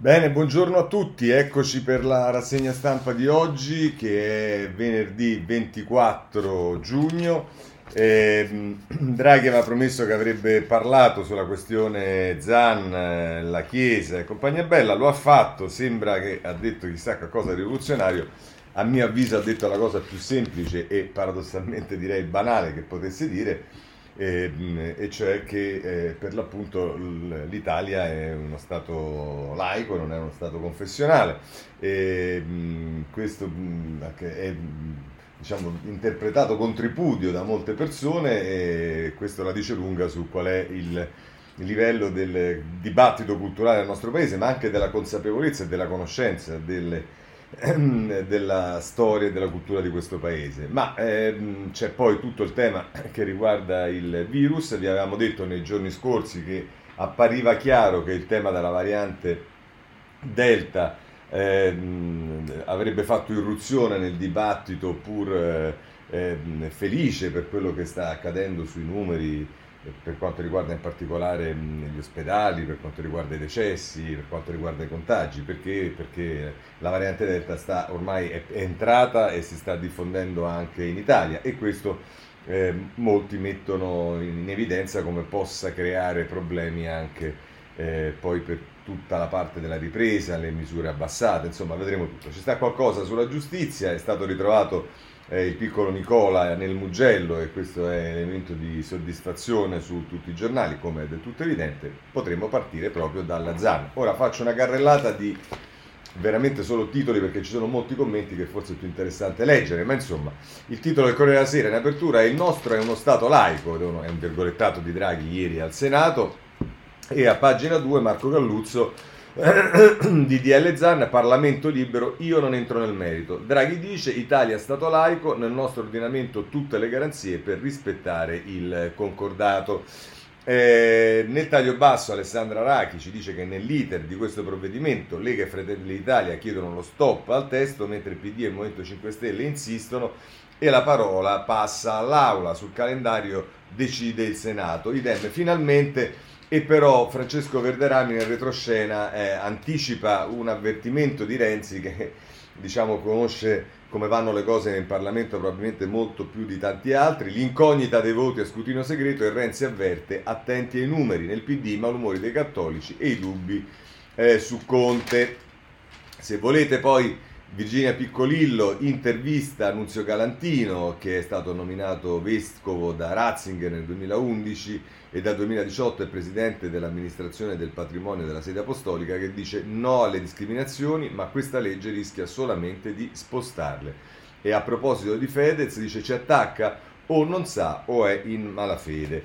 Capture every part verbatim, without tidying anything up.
Bene, buongiorno a tutti, eccoci per la rassegna stampa di oggi che è venerdì ventiquattro giugno. Eh, Draghi aveva promesso che avrebbe parlato sulla questione Zan, eh, la Chiesa e compagnia bella, lo ha fatto, sembra che ha detto chissà che cosa di rivoluzionario, a mio avviso ha detto la cosa più semplice e paradossalmente direi banale che potesse dire, e, e cioè che eh, per l'appunto l- l'Italia è uno Stato laico, non è uno Stato confessionale. E, mh, questo mh, che è mh, diciamo, interpretato con tripudio da molte persone e questo la dice lunga su qual è il, il livello del dibattito culturale del nostro paese, ma anche della consapevolezza e della conoscenza delle della storia e della cultura di questo paese. Ma ehm, c'è poi tutto il tema che riguarda il virus. Vi avevamo detto nei giorni scorsi che appariva chiaro che il tema della variante Delta ehm, avrebbe fatto irruzione nel dibattito, pur eh, ehm, felice per quello che sta accadendo sui numeri, eh, per quanto riguarda in particolare mh, gli ospedali, per quanto riguarda i decessi, per quanto riguarda i contagi, perché, perché la variante Delta sta, ormai è, è entrata e si sta diffondendo anche in Italia e questo eh, molti mettono in, in evidenza come possa creare problemi anche eh, poi per tutta la parte della ripresa, le misure abbassate, insomma vedremo tutto. Ci sta qualcosa sulla giustizia, è stato ritrovato eh, il piccolo Nicola nel Mugello e questo è elemento di soddisfazione su tutti i giornali, come è del tutto evidente. Potremmo partire proprio dalla Zan. Ora faccio una carrellata di veramente solo titoli perché ci sono molti commenti che forse è più interessante leggere, ma insomma il titolo del Corriere della Sera in apertura è: il nostro è uno Stato laico, è un virgolettato di Draghi ieri al Senato, e a pagina due Marco Galluzzo D D L Zan, Parlamento libero, io non entro nel merito. Draghi dice Italia Stato laico, nel nostro ordinamento tutte le garanzie per rispettare il concordato. Eh, nel taglio basso Alessandra Rachi ci dice che nell'iter di questo provvedimento Lega e Fratelli d'Italia chiedono lo stop al testo, mentre P D e il Movimento cinque Stelle insistono e la parola passa all'Aula. Sul calendario decide il Senato. Idem finalmente. E però Francesco Verderami nel retroscena eh, anticipa un avvertimento di Renzi che diciamo conosce come vanno le cose nel Parlamento probabilmente molto più di tanti altri: l'incognita dei voti a scrutinio segreto, e Renzi avverte attenti ai numeri nel P D, i malumori dei cattolici e i dubbi eh, su Conte. Se volete poi Virginia Piccolillo intervista Nunzio Galantino, che è stato nominato vescovo da Ratzinger nel duemilaundici e dal duemiladiciotto è presidente dell'amministrazione del patrimonio della sede apostolica, che dice no alle discriminazioni, ma questa legge rischia solamente di spostarle. E a proposito di Fedez dice ci attacca o non sa o è in malafede.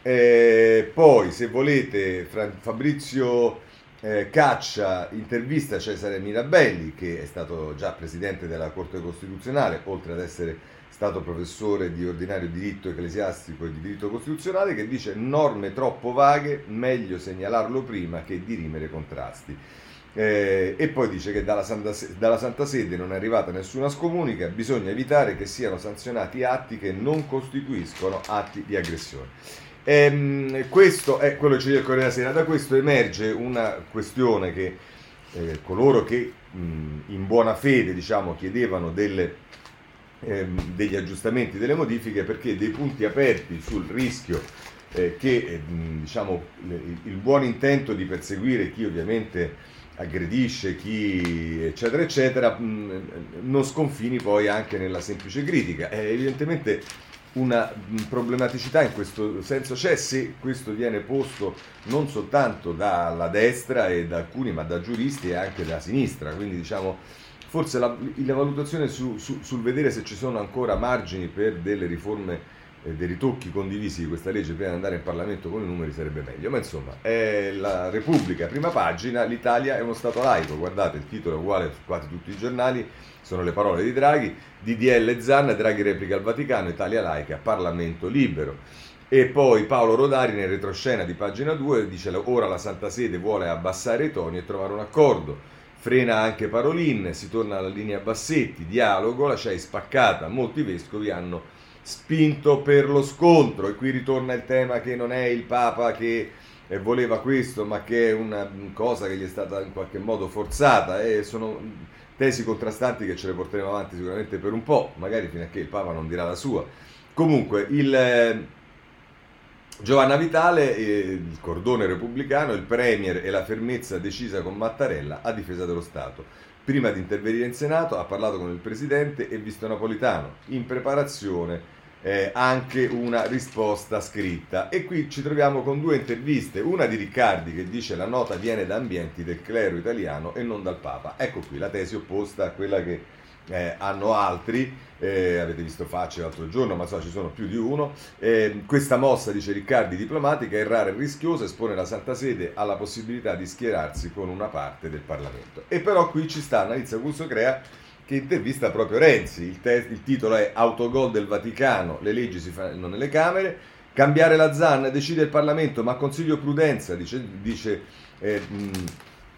Eh, poi se volete Fabrizio eh, Caccia intervista Cesare Mirabelli, che è stato già presidente della Corte Costituzionale, oltre ad essere stato professore di ordinario diritto ecclesiastico e di diritto costituzionale, che dice norme troppo vaghe, meglio segnalarlo prima che dirimere contrasti. Eh, e poi dice che dalla Santa, dalla Santa Sede non è arrivata nessuna scomunica, bisogna evitare che siano sanzionati atti che non costituiscono atti di aggressione. Ehm, questo è quello che ci dice il Corriere della Sera. Da questo emerge una questione che eh, coloro che mh, in buona fede diciamo, chiedevano delle, ehm, degli aggiustamenti, delle modifiche, perché dei punti aperti sul rischio eh, che eh, diciamo, il buon intento di perseguire chi ovviamente aggredisce, chi eccetera eccetera mh, non sconfini poi anche nella semplice critica. Eh, evidentemente una problematicità in questo senso c'è, se questo viene posto non soltanto dalla destra e da alcuni, ma da giuristi e anche da sinistra. Quindi diciamo forse la, la valutazione su, su, sul vedere se ci sono ancora margini per delle riforme, eh, dei ritocchi condivisi di questa legge prima di andare in Parlamento con i numeri sarebbe meglio. Ma insomma, è la Repubblica, prima pagina, l'Italia è uno Stato laico, guardate il titolo è uguale su quasi tutti i giornali, sono le parole di Draghi. D D L Zan, Draghi replica al Vaticano, Italia laica, Parlamento libero. E poi Paolo Rodari nel retroscena di pagina due dice ora la Santa Sede vuole abbassare i toni e trovare un accordo, frena anche Parolin, si torna alla linea Bassetti, dialogo, la C E I spaccata, molti vescovi hanno spinto per lo scontro. E qui ritorna il tema che non è il Papa che e voleva questo, ma che è una cosa che gli è stata in qualche modo forzata, e sono tesi contrastanti che ce le porteremo avanti sicuramente per un po', magari fino a che il Papa non dirà la sua. Comunque, il eh, Giovanna Vitale, eh, il cordone repubblicano, il premier e la fermezza decisa con Mattarella a difesa dello Stato. Prima di intervenire in Senato ha parlato con il presidente e visto Napolitano. In preparazione eh, anche una risposta scritta. E qui ci troviamo con due interviste, una di Riccardi che dice la nota viene da ambienti del clero italiano e non dal Papa. Ecco qui la tesi opposta a quella che eh, hanno altri. Eh, avete visto Facce l'altro giorno, ma so ci sono più di uno. Eh, questa mossa, dice Riccardi, diplomatica, è rara e rischiosa, espone la Santa Sede alla possibilità di schierarsi con una parte del Parlamento. E però qui ci sta Annalizia Cuzzocrea che intervista proprio Renzi. Il, te- il titolo è Autogol del Vaticano, le leggi si fanno nelle Camere, cambiare la Zan decide il Parlamento, ma consiglio prudenza, dice, dice eh, mh,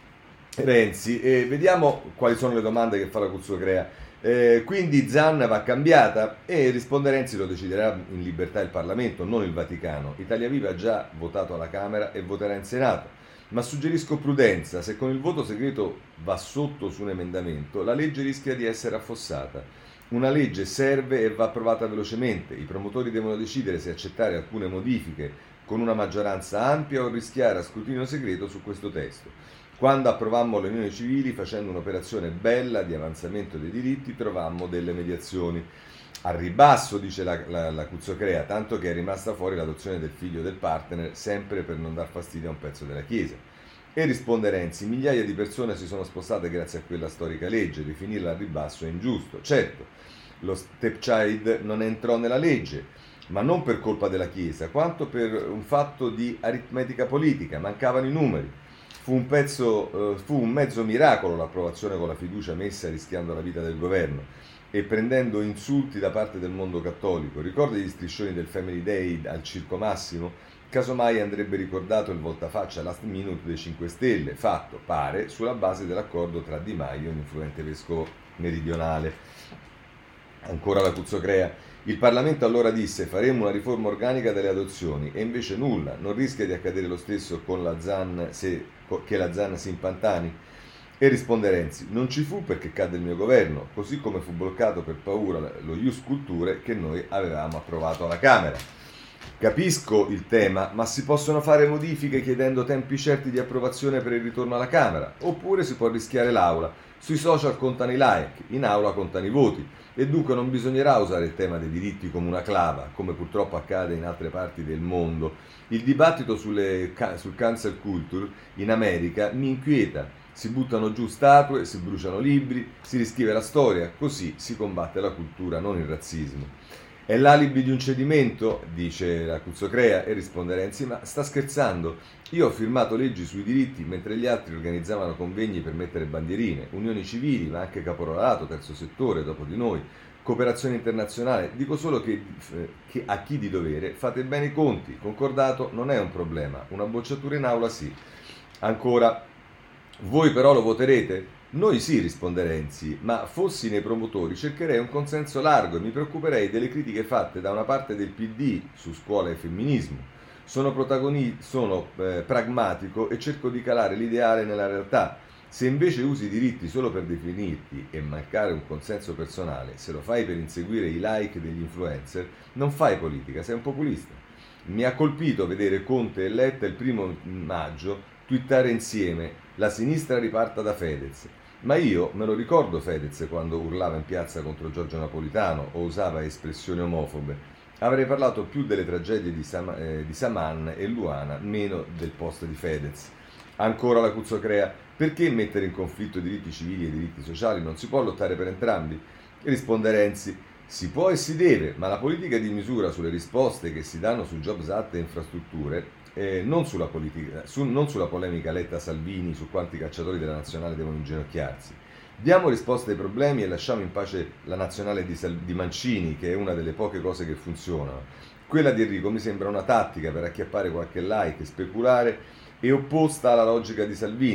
Renzi. E vediamo quali sono le domande che fa la Cuzzocrea. Eh, quindi Zan va cambiata, e risponde Renzi: lo deciderà in libertà il Parlamento, non il Vaticano. Italia Viva ha già votato alla Camera e voterà in Senato, ma suggerisco prudenza. Se con il voto segreto va sotto su un emendamento, la legge rischia di essere affossata. Una legge serve e va approvata velocemente. I promotori devono decidere se accettare alcune modifiche con una maggioranza ampia o rischiare a scrutinio segreto su questo testo. Quando approvammo le unioni civili, facendo un'operazione bella di avanzamento dei diritti, trovammo delle mediazioni al ribasso, dice la, la, la Cuzzocrea, tanto che è rimasta fuori l'adozione del figlio del partner, sempre per non dar fastidio a un pezzo della Chiesa. E risponde Renzi: migliaia di persone si sono spostate grazie a quella storica legge, definirla al ribasso è ingiusto. Certo, lo stepchild non entrò nella legge, ma non per colpa della Chiesa, quanto per un fatto di aritmetica politica, mancavano i numeri. Fu un, pezzo, eh, fu un mezzo miracolo l'approvazione con la fiducia messa rischiando la vita del governo e prendendo insulti da parte del mondo cattolico. Ricorda gli striscioni del Family Day al Circo Massimo? Casomai andrebbe ricordato il voltafaccia last minute dei cinque Stelle, fatto, pare, sulla base dell'accordo tra Di Maio e un influente vescovo meridionale. Ancora la Cuzzocrea. Il Parlamento allora disse: faremo una riforma organica delle adozioni, e invece nulla. Non rischia di accadere lo stesso con la Zan se, che la Zan si impantani? E risponde Renzi: non ci fu perché cadde il mio governo, così come fu bloccato per paura lo Ius Culture che noi avevamo approvato alla Camera. Capisco il tema, ma si possono fare modifiche chiedendo tempi certi di approvazione per il ritorno alla Camera, oppure si può rischiare l'Aula. Sui social contano i like, in Aula contano i voti, e dunque non bisognerà usare il tema dei diritti come una clava, come purtroppo accade in altre parti del mondo. Il dibattito sulle, sul cancel culture in America mi inquieta. Si buttano giù statue, si bruciano libri, si riscrive la storia, così si combatte la cultura, non il razzismo. È l'alibi di un cedimento, dice la Cuzzocrea, e risponde Renzi: ma sta scherzando? Io ho firmato leggi sui diritti mentre gli altri organizzavano convegni per mettere bandierine, unioni civili, ma anche caporalato, terzo settore, dopo di noi, cooperazione internazionale. Dico solo che, eh, che a chi di dovere fate bene i conti, concordato non è un problema, una bocciatura in aula sì. Ancora, voi però lo voterete? Noi sì, risponde Renzi, ma fossi nei promotori cercherei un consenso largo e mi preoccuperei delle critiche fatte da una parte del P D su scuola e femminismo. Sono, protagoni- sono eh, pragmatico e cerco di calare l'ideale nella realtà. Se invece usi i diritti solo per definirti e mancare un consenso personale, se lo fai per inseguire i like degli influencer, non fai politica, sei un populista. Mi ha colpito vedere Conte e Letta il primo maggio twittare insieme: la sinistra riparta da Fedez. Ma io me lo ricordo Fedez quando urlava in piazza contro Giorgio Napolitano o usava espressioni omofobe. Avrei parlato più delle tragedie di, Sam- eh, di Saman e Luana, meno del post di Fedez. Ancora la Cuzzocrea: perché mettere in conflitto diritti civili e diritti sociali? Non si può lottare per entrambi? Risponde Renzi: si può e si deve, ma la politica di misura sulle risposte che si danno su Jobs Act e infrastrutture, eh, non, sulla politica, su, non sulla polemica Letta-Salvini su quanti cacciatori della nazionale devono inginocchiarsi. Diamo risposte ai problemi e lasciamo in pace la nazionale di, Sal- di Mancini, che è una delle poche cose che funzionano. Quella di Enrico mi sembra una tattica per acchiappare qualche like e speculare, e opposta alla logica di Salvini.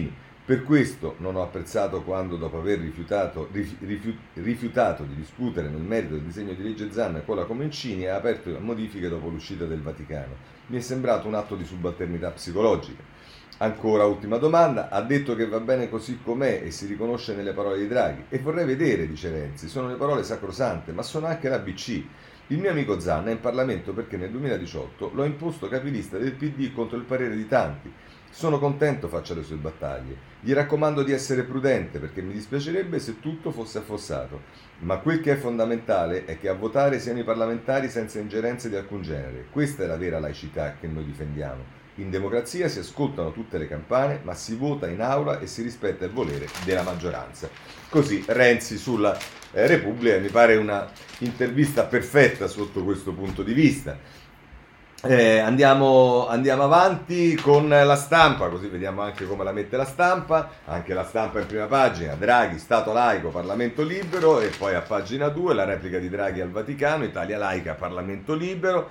Per questo non ho apprezzato quando, dopo aver rifiutato, rifiu- rifiutato di discutere nel merito del disegno di legge Zan con la Comencini, ha aperto modifiche dopo l'uscita del Vaticano. Mi è sembrato un atto di subalternità psicologica. Ancora, ultima domanda, ha detto che va bene così com'è e si riconosce nelle parole di Draghi. E vorrei vedere, dice Renzi, sono le parole sacrosante, ma sono anche l'A B C. Il mio amico Zan è in Parlamento perché nel duemiladiciotto l'ho imposto capilista del P D contro il parere di tanti. Sono contento faccia le sue battaglie. Gli raccomando di essere prudente perché mi dispiacerebbe se tutto fosse affossato. Ma quel che è fondamentale è che a votare siano i parlamentari senza ingerenze di alcun genere. Questa è la vera laicità che noi difendiamo. In democrazia si ascoltano tutte le campane, ma si vota in aula e si rispetta il volere della maggioranza. Così Renzi sulla eh, Repubblica, mi pare una intervista perfetta sotto questo punto di vista. Eh, andiamo, andiamo avanti con la Stampa, così vediamo anche come la mette la Stampa. Anche la Stampa in prima pagina: Draghi, Stato laico, Parlamento libero. E poi a pagina due la replica di Draghi al Vaticano: Italia laica, Parlamento libero.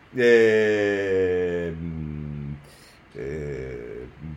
Eh, eh,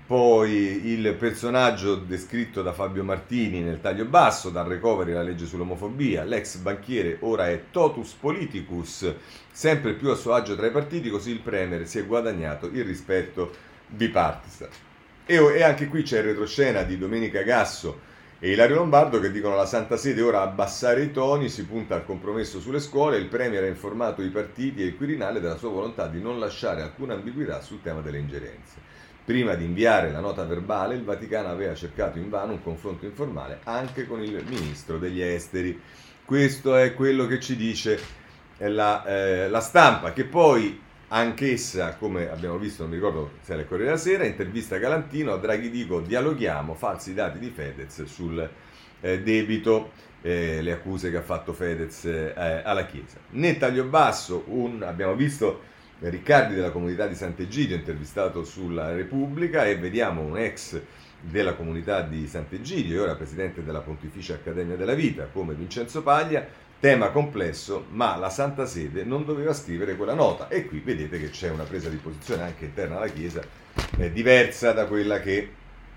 poi il personaggio descritto da Fabio Martini nel taglio basso: dal recovery alla legge sull'omofobia, l'ex banchiere ora è totus politicus, sempre più a suo agio tra i partiti, così il premier si è guadagnato il rispetto bipartisan. E, e anche qui c'è il retroscena di Domenica Gasso e Ilario Lombardo che dicono: la Santa Sede ora abbassare i toni, si punta al compromesso sulle scuole, il premier ha informato i partiti e il Quirinale della sua volontà di non lasciare alcuna ambiguità sul tema delle ingerenze. Prima di inviare la nota verbale, il Vaticano aveva cercato invano un confronto informale anche con il ministro degli esteri. Questo è quello che ci dice la, eh, la Stampa, che poi anch'essa, come abbiamo visto, non mi ricordo se era il Corriere della Sera, intervista Galantino: a Draghi dico dialoghiamo, falsi dati di Fedez sul eh, debito, eh, le accuse che ha fatto Fedez eh, alla Chiesa. Nel taglio basso un, abbiamo visto Riccardi della comunità di Sant'Egidio intervistato sulla Repubblica, e vediamo un ex della comunità di Sant'Egidio e ora presidente della Pontificia Accademia della Vita come Vincenzo Paglia. Tema complesso, ma la Santa Sede non doveva scrivere quella nota. E qui vedete che c'è una presa di posizione anche interna alla Chiesa eh, diversa da quella che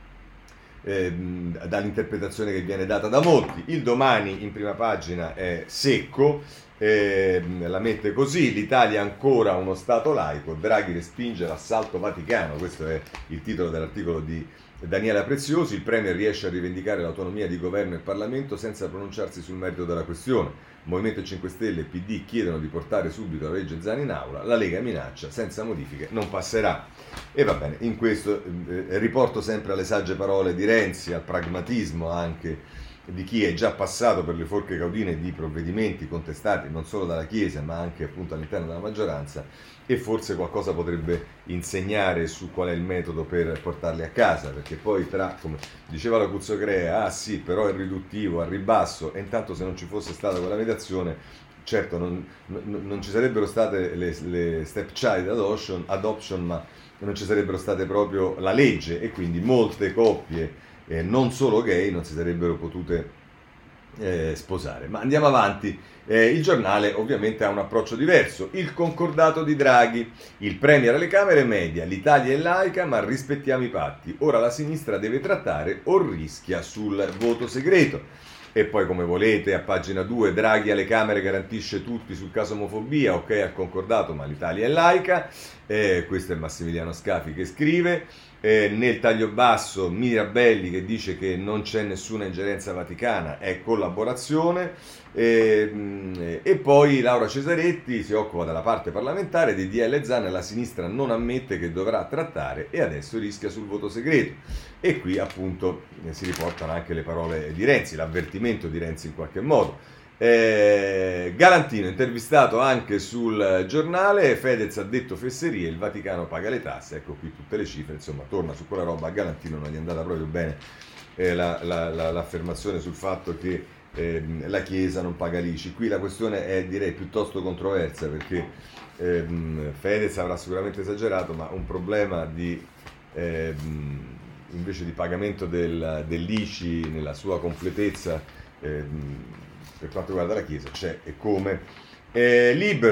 eh, dall'interpretazione che viene data da molti. Il Domani in prima pagina è secco, eh, la mette così: l'Italia ancora uno Stato laico, Draghi respinge l'assalto vaticano. Questo è il titolo dell'articolo di Daniela Preziosi. Il premier riesce a rivendicare l'autonomia di governo e Parlamento senza pronunciarsi sul merito della questione. Movimento cinque Stelle e P D chiedono di portare subito la legge Zan in aula, la Lega minaccia: senza modifiche non passerà. E va bene, in questo eh, riporto sempre alle sagge parole di Renzi, al pragmatismo anche di chi è già passato per le forche caudine di provvedimenti contestati non solo dalla Chiesa ma anche appunto all'interno della maggioranza, e forse qualcosa potrebbe insegnare su qual è il metodo per portarli a casa, perché poi tra, come diceva la Cuzzocrea, ah sì, però è riduttivo, al ribasso, e intanto se non ci fosse stata quella mediazione, certo non, non, non ci sarebbero state le, le stepchild adoption, adoption, ma non ci sarebbero state proprio la legge, e quindi molte coppie eh, non solo gay non si sarebbero potute eh, sposare. Ma andiamo avanti. Eh, il Giornale ovviamente ha un approccio diverso. Il concordato di Draghi: il premier alle Camere media, l'Italia è laica ma rispettiamo i patti, ora la sinistra deve trattare o rischia sul voto segreto. E poi, come volete, a pagina due, Draghi alle Camere garantisce tutti sul caso omofobia, ok al concordato ma l'Italia è laica. Eh, questo è Massimiliano Scafi che scrive. Eh, nel taglio basso Mirabelli che dice che non c'è nessuna ingerenza vaticana, è collaborazione. Eh, e poi Laura Cesaretti si occupa della parte parlamentare dei D L Zan, la sinistra non ammette che dovrà trattare e adesso rischia sul voto segreto. E qui appunto eh, si riportano anche le parole di Renzi, l'avvertimento di Renzi in qualche modo. Eh, Galantino intervistato anche sul Giornale: Fedez ha detto fesserie, il Vaticano paga le tasse. Ecco qui tutte le cifre, insomma torna su quella roba. A Galantino non gli è andata proprio bene eh, la, la, la, l'affermazione sul fatto che eh, la Chiesa non paga l'I C I. Qui la questione è, direi, piuttosto controversa, perché eh, Fedez avrà sicuramente esagerato, ma un problema di eh, invece di pagamento del, dell'I C I nella sua completezza eh, per quanto riguarda la Chiesa c'è, e come. Eh, Libero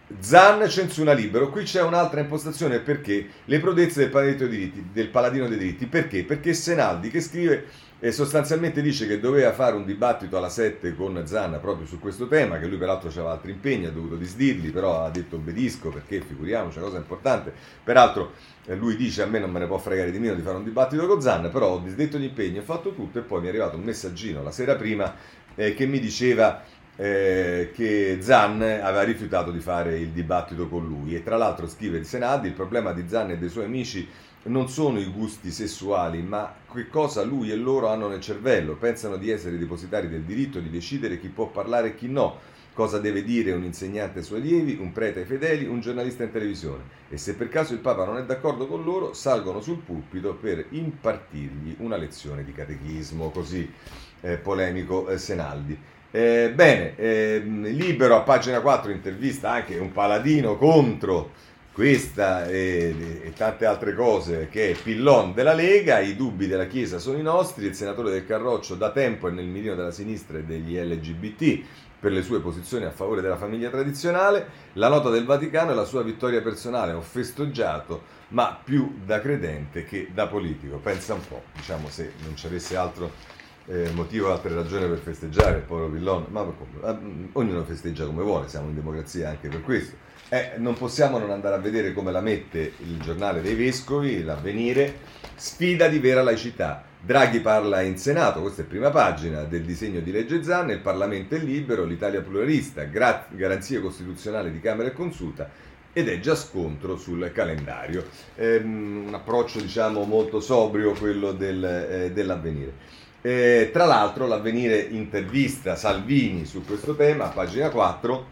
Zan censura libero. Qui c'è un'altra impostazione, perché le prodezze del paladino dei diritti, del paladino dei diritti. Perché? Perché Senaldi, che scrive e sostanzialmente dice che doveva fare un dibattito alla sette con Zan proprio su questo tema, che lui peraltro aveva altri impegni, ha dovuto disdirli, però ha detto obbedisco, perché figuriamoci, è una cosa importante. Peraltro eh, lui dice: a me non me ne può fregare di meno di fare un dibattito con Zan, però ho disdetto gli impegni, ho fatto tutto. E poi mi è arrivato un messaggino la sera prima eh, che mi diceva eh, che Zan aveva rifiutato di fare il dibattito con lui. E tra l'altro, scrive il Senaldi, il problema di Zan e dei suoi amici non sono i gusti sessuali, ma che cosa lui e loro hanno nel cervello. Pensano di essere depositari del diritto di decidere chi può parlare e chi no, cosa deve dire un insegnante ai suoi allievi, un prete ai fedeli, un giornalista in televisione. E se per caso il Papa non è d'accordo con loro, salgono sul pulpito per impartirgli una lezione di catechismo. Così eh, polemico eh, Senaldi. Eh, bene, eh, Libero a pagina quattro intervista anche un paladino contro questa e, e tante altre cose, che è Pillon della Lega. I dubbi della Chiesa sono i nostri. Il senatore del Carroccio da tempo è nel mirino della sinistra e degli L G B T per le sue posizioni a favore della famiglia tradizionale. La nota del Vaticano è la sua vittoria personale. Ho festeggiato, ma più da credente che da politico. Pensa un po', diciamo, se non ci avesse altro eh, motivo, altre ragioni per festeggiare il povero Pillon, ma come, ognuno festeggia come vuole, siamo in democrazia anche per questo. Eh, non possiamo non andare a vedere come la mette il giornale dei vescovi, l'Avvenire. Sfida di vera laicità. Draghi parla in Senato, questa è prima pagina del disegno di legge Zan. Il Parlamento è libero, l'Italia pluralista, gra- garanzie costituzionali di Camera e Consulta, ed è già scontro sul calendario. Ehm, un approccio, diciamo, molto sobrio quello del, eh, dell'Avvenire. Eh, tra l'altro l'Avvenire intervista Salvini su questo tema, a pagina quattro,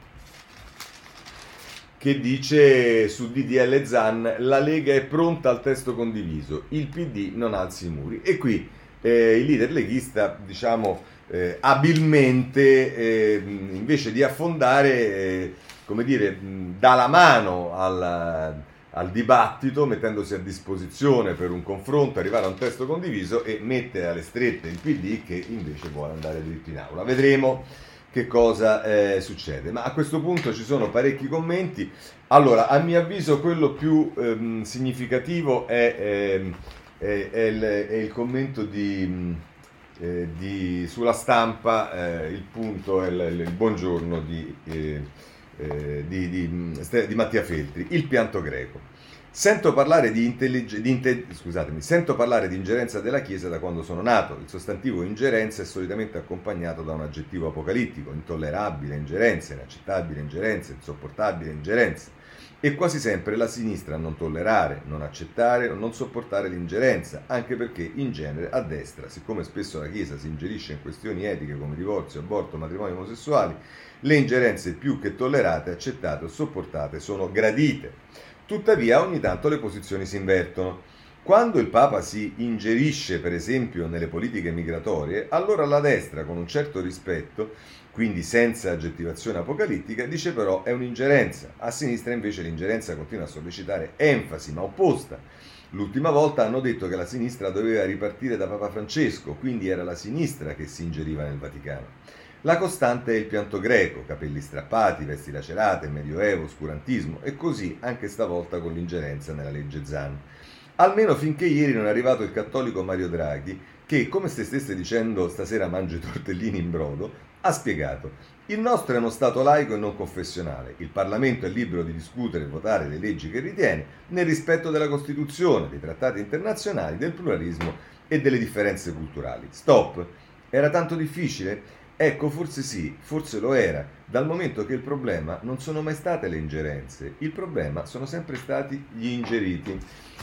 che dice su D D L Zan: la Lega è pronta al testo condiviso, il P D non alzi i muri. E qui eh, il leader leghista, diciamo, eh, abilmente, eh, invece di affondare, eh, come dire, dà la mano al, al dibattito, mettendosi a disposizione per un confronto, arrivare a un testo condiviso, e mette alle strette il P D, che invece vuole andare dritto in aula. Vedremo che cosa eh, succede. Ma a questo punto ci sono parecchi commenti. Allora, a mio avviso quello più ehm, significativo è, ehm, è, è, il, è il commento di, eh, di, sulla Stampa, eh, il punto è il, il buongiorno di, eh, eh, di, di, di Mattia Feltri, il pianto greco. Sento parlare di, intellig- di inte- scusatemi, sento parlare di ingerenza della Chiesa da quando sono nato. Il sostantivo ingerenza è solitamente accompagnato da un aggettivo apocalittico: intollerabile ingerenza, inaccettabile ingerenza, insopportabile ingerenza. E quasi sempre la sinistra a non tollerare, non accettare o non sopportare l'ingerenza, anche perché in genere a destra, siccome spesso la Chiesa si ingerisce in questioni etiche come divorzio, aborto, matrimoni omosessuali, le ingerenze più che tollerate, accettate o sopportate sono gradite. Tuttavia ogni tanto le posizioni si invertono. Quando il Papa si ingerisce, per esempio, nelle politiche migratorie, allora la destra, con un certo rispetto, quindi senza aggettivazione apocalittica, dice però è un'ingerenza. A sinistra invece l'ingerenza continua a sollecitare enfasi, ma opposta. L'ultima volta hanno detto che la sinistra doveva ripartire da Papa Francesco, quindi era la sinistra che si ingeriva nel Vaticano. La costante è il pianto greco: capelli strappati, vesti lacerate, medioevo, oscurantismo, e così anche stavolta con l'ingerenza nella legge Zan. Almeno finché ieri non è arrivato il cattolico Mario Draghi, che, come se stesse dicendo stasera mangio i tortellini in brodo, ha spiegato: il nostro è uno Stato laico e non confessionale, il Parlamento è libero di discutere e votare le leggi che ritiene, nel rispetto della Costituzione, dei trattati internazionali, del pluralismo e delle differenze culturali. Stop. Era tanto difficile? Ecco, forse sì, forse lo era, dal momento che il problema non sono mai state le ingerenze, il problema sono sempre stati gli ingeriti.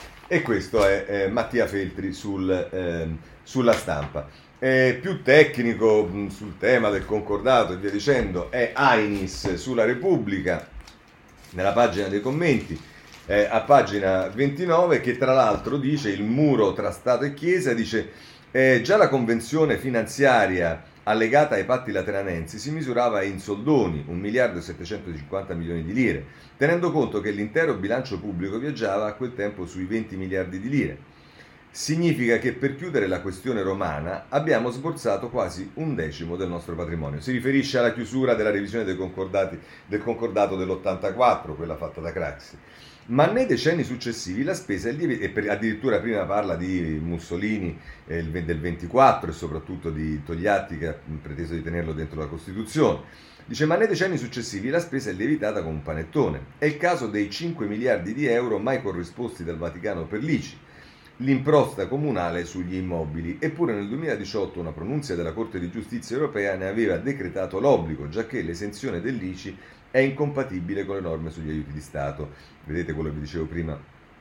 E questo è eh, Mattia Feltri sul, eh, sulla Stampa. Eh, più tecnico mh, sul tema del concordato e via dicendo è Ainis sulla Repubblica, nella pagina dei commenti, eh, a pagina ventinove, che tra l'altro dice: il muro tra Stato e Chiesa, dice eh, già la convenzione finanziaria allegata ai patti lateranensi si misurava in soldoni, un miliardo e settecentocinquanta milioni di lire, tenendo conto che l'intero bilancio pubblico viaggiava a quel tempo sui venti miliardi di lire. significa che per chiudere la questione romana abbiamo sborsato quasi un decimo del nostro patrimonio. Si riferisce alla chiusura della revisione dei concordati, del concordato dell'ottantaquattro, quella fatta da Craxi. Ma nei decenni successivi la spesa è lieve, e per, addirittura prima parla di Mussolini eh, del ventiquattro e soprattutto di Togliatti che ha preteso di tenerlo dentro la Costituzione. Dice, ma nei decenni successivi la spesa è lievitata come un panettone. È il caso dei cinque miliardi di euro mai corrisposti dal Vaticano per l'I C I, l'imposta comunale sugli immobili. Eppure nel duemiladiciotto una pronunzia della Corte di Giustizia europea ne aveva decretato l'obbligo, giacché l'esenzione dell'I C I è incompatibile con le norme sugli aiuti di Stato. Vedete quello che vi dicevo prima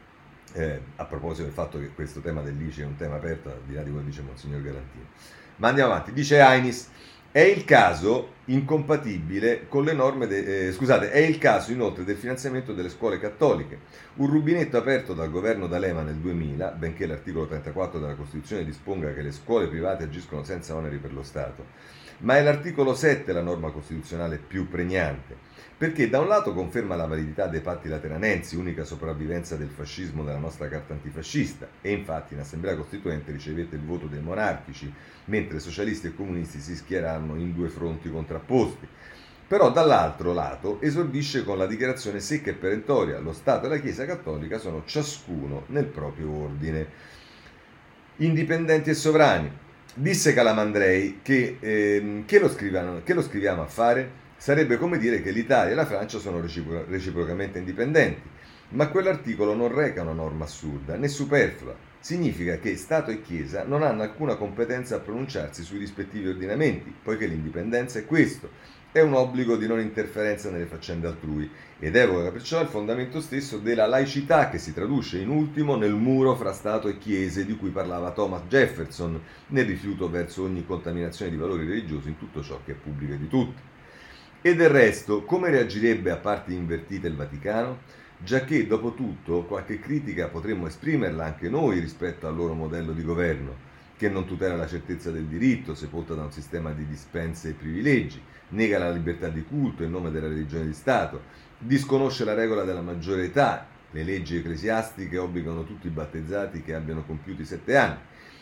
eh, a proposito del fatto che questo tema dell'I C I è un tema aperto, al di là di quello che dice Monsignor Galantino. Ma andiamo avanti. Dice Ainis, è il caso incompatibile con le norme, de, eh, scusate, è il caso inoltre del finanziamento delle scuole cattoliche, un rubinetto aperto dal governo D'Alema nel duemila, benché l'articolo trentaquattro della Costituzione disponga che le scuole private agiscono senza oneri per lo Stato. Ma è l'articolo sette la norma costituzionale più pregnante, perché da un lato conferma la validità dei patti lateranensi, unica sopravvivenza del fascismo della nostra carta antifascista, e infatti in Assemblea Costituente ricevette il voto dei monarchici, mentre socialisti e comunisti si schierarono in due fronti contrapposti. Però dall'altro lato esordisce con la dichiarazione secca e perentoria: lo Stato e la Chiesa Cattolica sono ciascuno nel proprio ordine, indipendenti e sovrani. Disse Calamandrei che, eh, che, lo scriviamo, che lo scriviamo a fare? Sarebbe come dire che l'Italia e la Francia sono recipro- reciprocamente indipendenti, ma quell'articolo non reca una norma assurda né superflua. Significa che Stato e Chiesa non hanno alcuna competenza a pronunciarsi sui rispettivi ordinamenti, poiché l'indipendenza è questo, è un obbligo di non interferenza nelle faccende altrui, ed evoca perciò il fondamento stesso della laicità che si traduce in ultimo nel muro fra Stato e Chiese di cui parlava Thomas Jefferson, nel rifiuto verso ogni contaminazione di valori religiosi in tutto ciò che è pubblico e di tutti. E del resto, come reagirebbe a parti invertite il Vaticano? Giacché, dopo tutto, qualche critica potremmo esprimerla anche noi rispetto al loro modello di governo, che non tutela la certezza del diritto, sepolta da un sistema di dispense e privilegi, nega la libertà di culto in nome della religione di Stato, disconosce la regola della maggiore età, le leggi ecclesiastiche obbligano tutti i battezzati che abbiano compiuti sette anni,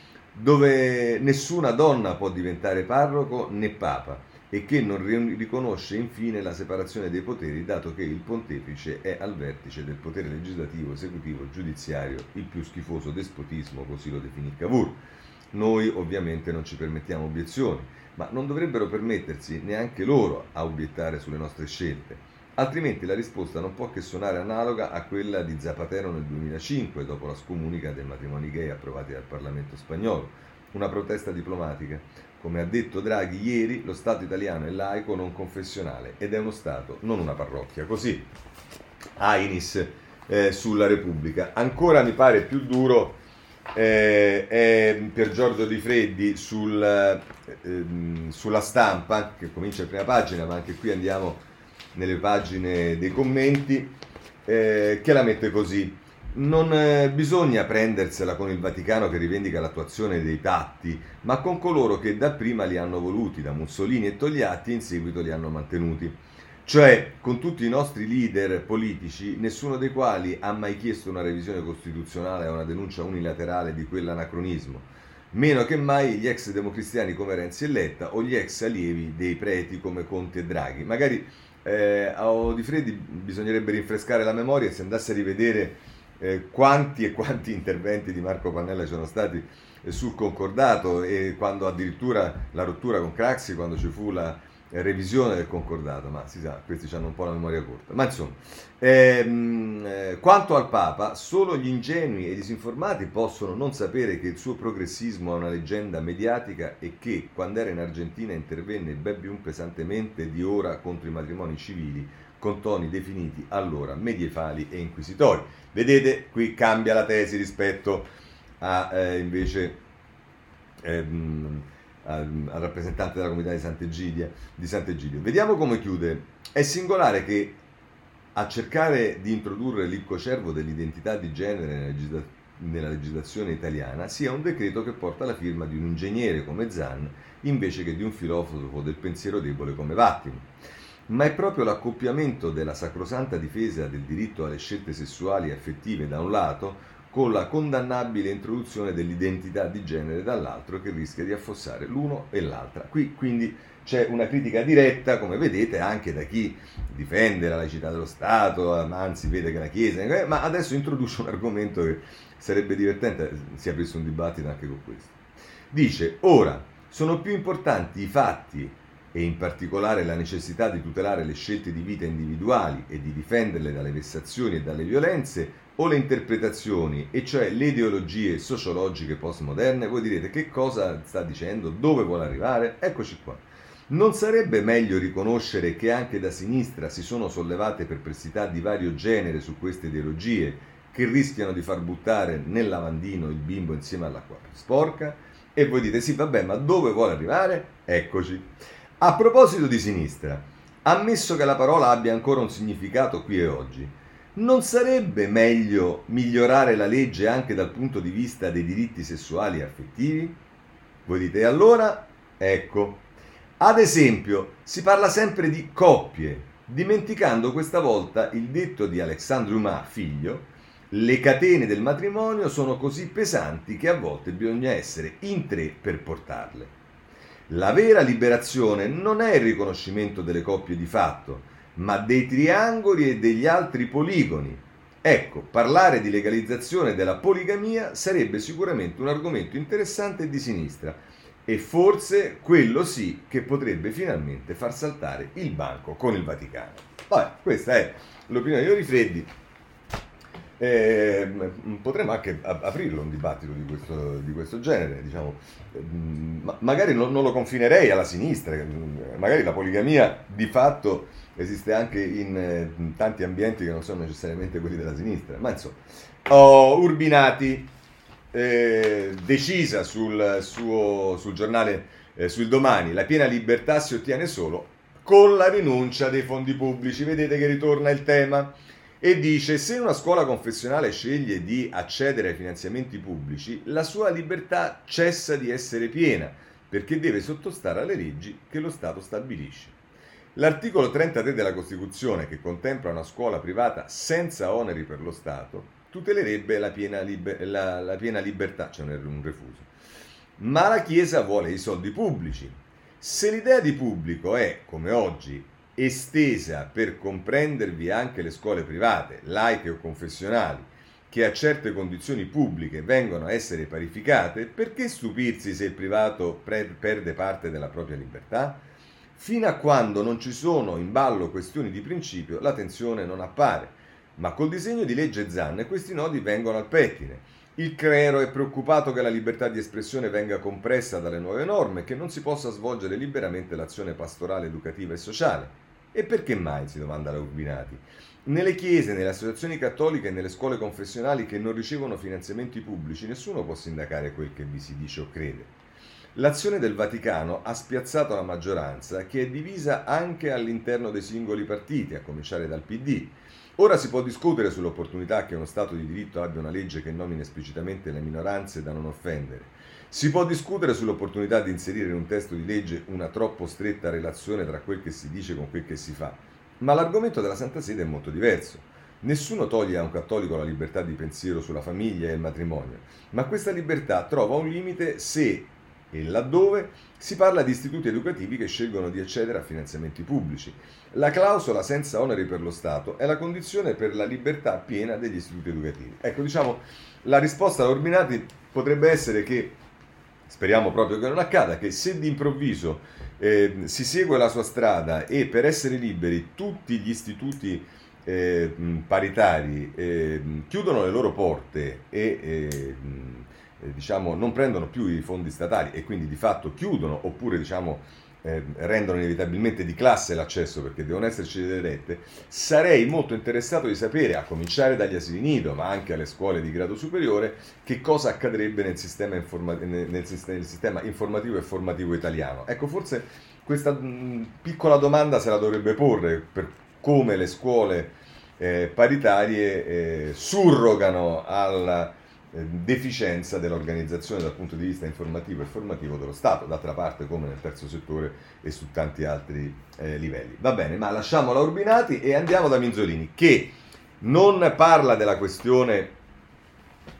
dove nessuna donna può diventare parroco né papa, e che non riconosce infine la separazione dei poteri, dato che il pontefice è al vertice del potere legislativo, esecutivo, giudiziario, il più schifoso despotismo, così lo definì Cavour. Noi ovviamente non ci permettiamo obiezioni, ma non dovrebbero permettersi neanche loro a obiettare sulle nostre scelte, altrimenti la risposta non può che suonare analoga a quella di Zapatero nel duemilacinque, dopo la scomunica dei matrimoni gay approvati dal Parlamento spagnolo, una protesta diplomatica. Come ha detto Draghi ieri, lo Stato italiano è laico non confessionale ed è uno Stato, non una parrocchia. Così Ainis eh, sulla Repubblica. Ancora mi pare più duro eh, è per Giorgio Di Freddi sul, eh, sulla Stampa, che comincia in prima pagina, ma anche qui andiamo nelle pagine dei commenti, eh, che la mette così. Non eh, bisogna prendersela con il Vaticano che rivendica l'attuazione dei patti, ma con coloro che dapprima li hanno voluti, da Mussolini e Togliatti, e in seguito li hanno mantenuti. Cioè, con tutti i nostri leader politici, nessuno dei quali ha mai chiesto una revisione costituzionale o una denuncia unilaterale di quell'anacronismo, meno che mai gli ex democristiani come Renzi e Letta o gli ex allievi dei preti come Conte e Draghi. Magari eh, a Di Freddi bisognerebbe rinfrescare la memoria e se andasse a rivedere Eh, quanti e quanti interventi di Marco Pannella ci sono stati eh, sul concordato, e quando addirittura la rottura con Craxi, quando ci fu la eh, revisione del concordato, ma si sa, questi hanno un po' la memoria corta. Ma insomma, ehm, eh, quanto al Papa, solo gli ingenui e i disinformati possono non sapere che il suo progressismo è una leggenda mediatica e che, quando era in Argentina, intervenne Bebium pesantemente di ora contro i matrimoni civili, con toni definiti allora medievali e inquisitori. Vedete, qui cambia la tesi rispetto a eh, invece ehm, al, al rappresentante della comunità di Sant'Egidio, di Sant'Egidio. Vediamo come chiude. È singolare che a cercare di introdurre l'ircocervo dell'identità di genere nella, legisla- nella legislazione italiana sia un decreto che porta la firma di un ingegnere come Zan invece che di un filosofo del pensiero debole come Vattimo. Ma è proprio l'accoppiamento della sacrosanta difesa del diritto alle scelte sessuali e affettive da un lato con la condannabile introduzione dell'identità di genere dall'altro, che rischia di affossare l'uno e l'altra. Qui quindi c'è una critica diretta, come vedete, anche da chi difende la laicità dello Stato, anzi vede che la Chiesa, ma adesso introduce un argomento che sarebbe divertente si aprisse un dibattito anche con questo. Dice: ora sono più importanti i fatti, e in particolare la necessità di tutelare le scelte di vita individuali e di difenderle dalle vessazioni e dalle violenze, o le interpretazioni, e cioè le ideologie sociologiche postmoderne? Voi direte: che cosa sta dicendo? Dove vuole arrivare? Eccoci qua. Non sarebbe meglio riconoscere che anche da sinistra si sono sollevate perplessità di vario genere su queste ideologie che rischiano di far buttare nel lavandino il bimbo insieme all'acqua sporca? E voi dite: sì, vabbè, ma dove vuole arrivare? Eccoci. A proposito di sinistra, ammesso che la parola abbia ancora un significato qui e oggi, non sarebbe meglio migliorare la legge anche dal punto di vista dei diritti sessuali e affettivi? Voi dite: e allora? Ecco. Ad esempio, si parla sempre di coppie, dimenticando questa volta il detto di Alexandre Dumas, figlio: le catene del matrimonio sono così pesanti che a volte bisogna essere in tre per portarle. La vera liberazione non è il riconoscimento delle coppie di fatto, ma dei triangoli e degli altri poligoni. Ecco, parlare di legalizzazione della poligamia sarebbe sicuramente un argomento interessante di sinistra, e forse quello sì che potrebbe finalmente far saltare il banco con il Vaticano. Vabbè, questa è l'opinione di Orifreddi. Eh, potremmo anche aprirlo un dibattito di questo, di questo genere, diciamo. Ma magari non, non lo confinerei alla sinistra, magari la poligamia di fatto esiste anche in, in tanti ambienti che non sono necessariamente quelli della sinistra, ma insomma. Oh, Urbinati, eh, decisa sul suo sul giornale, eh, sul Domani: la piena libertà si ottiene solo con la rinuncia dei fondi pubblici. Vedete che ritorna il tema. E dice: se una scuola confessionale sceglie di accedere ai finanziamenti pubblici, la sua libertà cessa di essere piena, perché deve sottostare alle leggi che lo Stato stabilisce. L'articolo trentatré della Costituzione, che contempla una scuola privata senza oneri per lo Stato, tutelerebbe la piena, liber- la, la piena libertà, cioè un refuso. Ma la Chiesa vuole i soldi pubblici. Se l'idea di pubblico è, come oggi, estesa per comprendervi anche le scuole private, laiche o confessionali, che a certe condizioni pubbliche vengono a essere parificate, perché stupirsi se il privato pre- perde parte della propria libertà? Fino a quando non ci sono in ballo questioni di principio, la tensione non appare. Ma col disegno di legge Zan questi nodi vengono al pettine. Il clero è preoccupato che la libertà di espressione venga compressa dalle nuove norme e che non si possa svolgere liberamente l'azione pastorale, educativa e sociale. E perché mai, si domanda la Urbinati? Nelle chiese, nelle associazioni cattoliche e nelle scuole confessionali che non ricevono finanziamenti pubblici, nessuno può sindacare quel che vi si dice o crede. L'azione del Vaticano ha spiazzato la maggioranza, che è divisa anche all'interno dei singoli partiti, a cominciare dal P D. Ora si può discutere sull'opportunità che uno Stato di diritto abbia una legge che nomini esplicitamente le minoranze da non offendere. Si può discutere sull'opportunità di inserire in un testo di legge una troppo stretta relazione tra quel che si dice con quel che si fa. Ma l'argomento della Santa Sede è molto diverso. Nessuno toglie a un cattolico la libertà di pensiero sulla famiglia e il matrimonio, ma questa libertà trova un limite se e laddove si parla di istituti educativi che scelgono di accedere a finanziamenti pubblici. La clausola senza oneri per lo Stato è la condizione per la libertà piena degli istituti educativi. Ecco, diciamo, la risposta a Urbinati potrebbe essere che, speriamo proprio che non accada, che se d'improvviso eh, si segue la sua strada e per essere liberi tutti gli istituti eh, paritari eh, chiudono le loro porte e eh, eh, diciamo non prendono più i fondi statali e quindi di fatto chiudono oppure diciamo eh, rendono inevitabilmente di classe l'accesso perché devono esserci delle rette, sarei molto interessato di sapere, a cominciare dagli asili nido ma anche alle scuole di grado superiore, che cosa accadrebbe nel sistema, informa- nel, nel sistema, nel sistema informativo e formativo italiano. Ecco, forse questa mh, piccola domanda se la dovrebbe porre per come le scuole eh, paritarie eh, surrogano alla deficienza dell'organizzazione dal punto di vista informativo e formativo dello Stato, d'altra parte come nel terzo settore e su tanti altri eh, livelli. Va bene, ma lasciamo la Urbinati e andiamo da Minzolini, che non parla della questione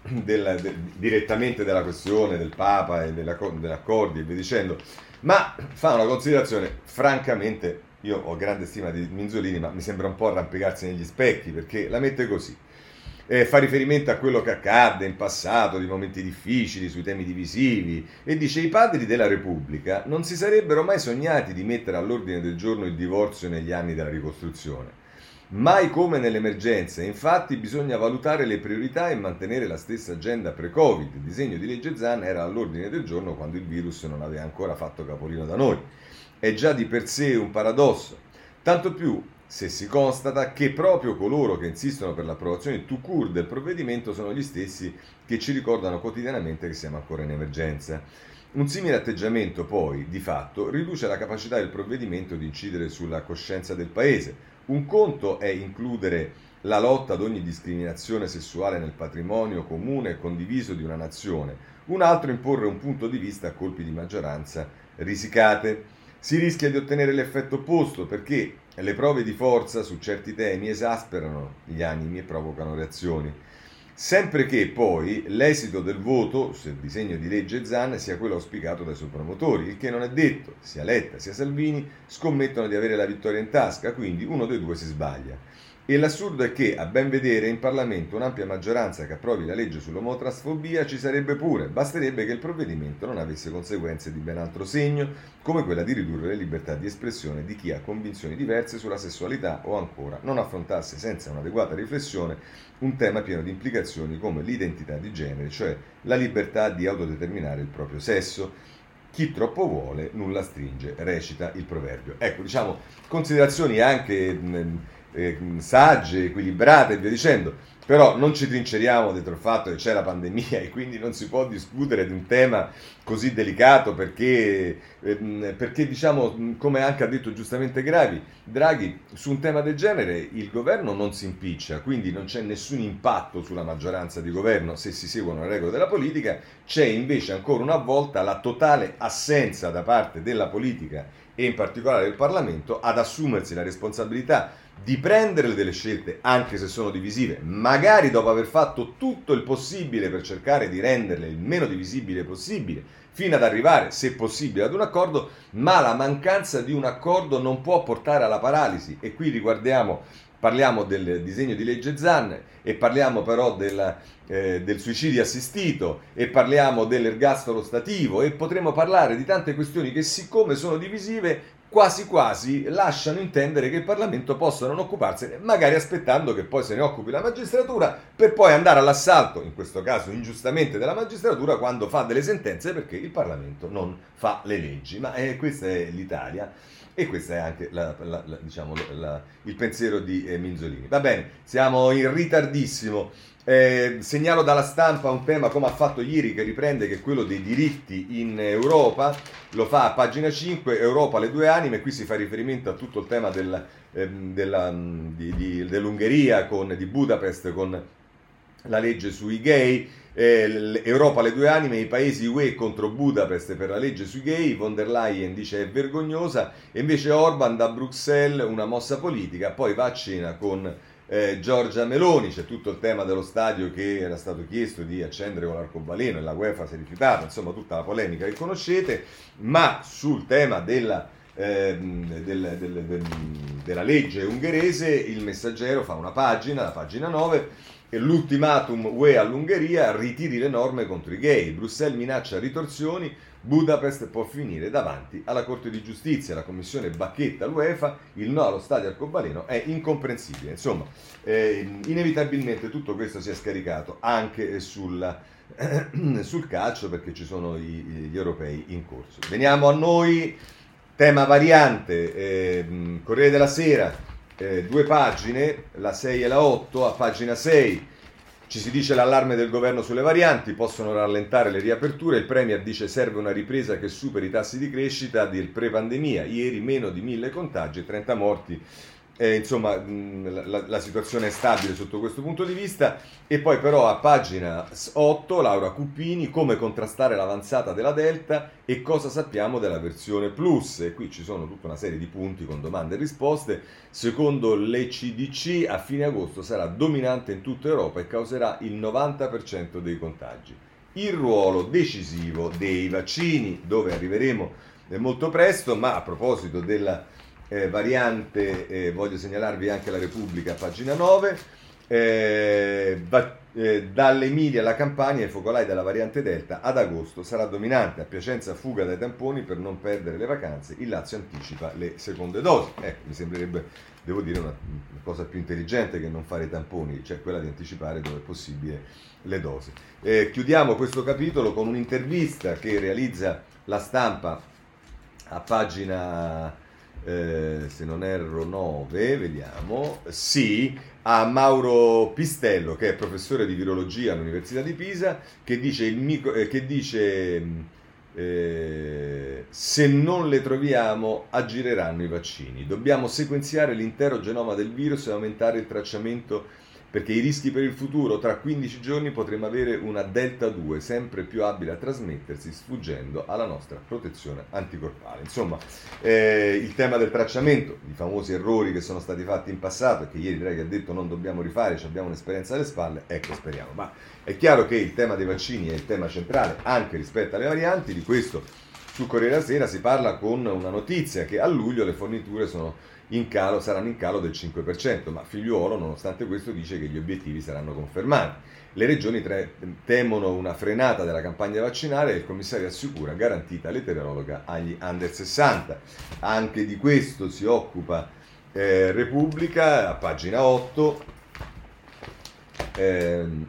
della, de, direttamente della questione del Papa e della, dell'accordi e via dicendo, ma fa una considerazione, francamente, io ho grande stima di Minzolini, ma mi sembra un po' arrampicarsi negli specchi, perché la mette così. Eh, fa riferimento a quello che accadde in passato, di momenti difficili, sui temi divisivi, e dice: i padri della Repubblica non si sarebbero mai sognati di mettere all'ordine del giorno il divorzio negli anni della ricostruzione. Mai come nell'emergenza, infatti bisogna valutare le priorità e mantenere la stessa agenda pre-Covid. Il disegno di legge Zan era all'ordine del giorno quando il virus non aveva ancora fatto capolino da noi. È già di per sé un paradosso, tanto più se si constata che proprio coloro che insistono per l'approvazione tout court del provvedimento sono gli stessi che ci ricordano quotidianamente che siamo ancora in emergenza. Un simile atteggiamento, poi, di fatto, riduce la capacità del provvedimento di incidere sulla coscienza del Paese. Un conto è includere la lotta ad ogni discriminazione sessuale nel patrimonio comune e condiviso di una nazione, un altro imporre un punto di vista a colpi di maggioranza risicate. Si rischia di ottenere l'effetto opposto, perché le prove di forza su certi temi esasperano gli animi e provocano reazioni. Sempre che poi l'esito del voto sul disegno di legge Zan sia quello auspicato dai suoi promotori, il che non è detto. Sia Letta sia Salvini scommettono di avere la vittoria in tasca, quindi uno dei due si sbaglia. E l'assurdo è che, a ben vedere, in Parlamento un'ampia maggioranza che approvi la legge sull'omotransfobia ci sarebbe pure, basterebbe che il provvedimento non avesse conseguenze di ben altro segno, come quella di ridurre le libertà di espressione di chi ha convinzioni diverse sulla sessualità o ancora non affrontasse senza un'adeguata riflessione un tema pieno di implicazioni come l'identità di genere, cioè la libertà di autodeterminare il proprio sesso. Chi troppo vuole nulla stringe, recita il proverbio. Ecco, diciamo, considerazioni anche mh, eh, sagge, equilibrate e via dicendo, però non ci trinceriamo dietro il fatto che c'è la pandemia e quindi non si può discutere di un tema così delicato perché, eh, perché diciamo, come anche ha detto giustamente Gravi, Draghi, su un tema del genere il governo non si impiccia, quindi non c'è nessun impatto sulla maggioranza di governo se si seguono le regole della politica, c'è invece ancora una volta la totale assenza da parte della politica e in particolare del Parlamento ad assumersi la responsabilità di prendere delle scelte, anche se sono divisive, magari dopo aver fatto tutto il possibile per cercare di renderle il meno divisibile possibile, fino ad arrivare, se possibile, ad un accordo, ma la mancanza di un accordo non può portare alla paralisi. E qui riguardiamo, parliamo del disegno di legge Zan, e parliamo però della, eh, del suicidio assistito, e parliamo dell'ergastolo stativo, e potremo parlare di tante questioni che, siccome sono divisive, quasi quasi lasciano intendere che il Parlamento possa non occuparsene, magari aspettando che poi se ne occupi la magistratura, per poi andare all'assalto, in questo caso ingiustamente, della magistratura quando fa delle sentenze, perché il Parlamento non fa le leggi. Ma eh, questa è l'Italia e questo è anche la, la, la, diciamo, la, il pensiero di eh, Minzolini. Va bene, siamo in ritardissimo. Eh, segnalo dalla Stampa un tema, come ha fatto ieri, che riprende, che è quello dei diritti in Europa. Lo fa a pagina cinque, Europa le due anime. Qui si fa riferimento a tutto il tema del, eh, della, di, di, dell'Ungheria, con, di Budapest, con la legge sui gay. Eh, Europa le due anime, i paesi U E contro Budapest per la legge sui gay. Von der Leyen dice è vergognosa, e invece Orban da Bruxelles una mossa politica, poi va a cena con Eh, Giorgia Meloni. C'è tutto il tema dello stadio che era stato chiesto di accendere con l'arcobaleno e la UEFA si è rifiutata, insomma tutta la polemica che conoscete. Ma sul tema della, eh, del, del, del, della legge ungherese il Messaggero fa una pagina, la pagina nove, e l'ultimatum U E all'Ungheria: ritiri le norme contro i gay, Bruxelles minaccia ritorsioni, Budapest può finire davanti alla Corte di Giustizia, la commissione bacchetta l'UEFA, il no allo stadio arcobaleno è incomprensibile. Insomma, eh, inevitabilmente tutto questo si è scaricato anche sulla, eh, sul calcio, perché ci sono i, gli europei in corso. Veniamo a noi, tema variante, eh, Corriere della Sera, eh, due pagine, la sei e la otto. A pagina sei ci si dice l'allarme del governo sulle varianti, possono rallentare le riaperture, il Premier dice serve una ripresa che superi i tassi di crescita del pre-pandemia, ieri meno di mille contagi e trenta morti eh, insomma mh, la, la situazione è stabile sotto questo punto di vista. E poi però a pagina otto Laura Cupini, come contrastare l'avanzata della Delta e cosa sappiamo della versione Plus, e qui ci sono tutta una serie di punti con domande e risposte. Secondo l'E C D C a fine agosto sarà dominante in tutta Europa e causerà il novanta per cento dei contagi. Il ruolo decisivo dei vaccini, dove arriveremo molto presto. Ma a proposito della eh, variante, eh, voglio segnalarvi anche la Repubblica, pagina nove. Eh, va, eh, dall'Emilia alla Campania i focolai della variante Delta ad agosto sarà dominante. A Piacenza fuga dai tamponi per non perdere le vacanze. Il Lazio anticipa le seconde dosi. Ecco, mi sembrerebbe, devo dire, una, una cosa più intelligente che non fare i tamponi, cioè quella di anticipare dove è possibile le dosi. Eh, chiudiamo questo capitolo con un'intervista che realizza La Stampa a pagina, eh, se non erro, nove, vediamo, sì, a Mauro Pistello, che è professore di virologia all'Università di Pisa, che dice, il micro, eh, che dice eh, se non le troviamo aggireranno i vaccini. Dobbiamo sequenziare l'intero genoma del virus e aumentare il tracciamento, perché i rischi per il futuro, tra quindici giorni potremo avere una Delta due sempre più abile a trasmettersi, sfuggendo alla nostra protezione anticorpale. Insomma, eh, il tema del tracciamento, i famosi errori che sono stati fatti in passato e che ieri Draghi ha detto non dobbiamo rifare, ci abbiamo un'esperienza alle spalle, ecco, speriamo. Ma è chiaro che il tema dei vaccini è il tema centrale anche rispetto alle varianti. Di questo sul Corriere della Sera si parla con una notizia che a luglio le forniture sono in calo, saranno in calo del cinque per cento, ma Figliuolo nonostante questo dice che gli obiettivi saranno confermati. Le regioni tre, temono una frenata della campagna vaccinale e il commissario assicura garantita l'eterologa agli under sessanta. Anche di questo si occupa eh, Repubblica a pagina otto. ehm,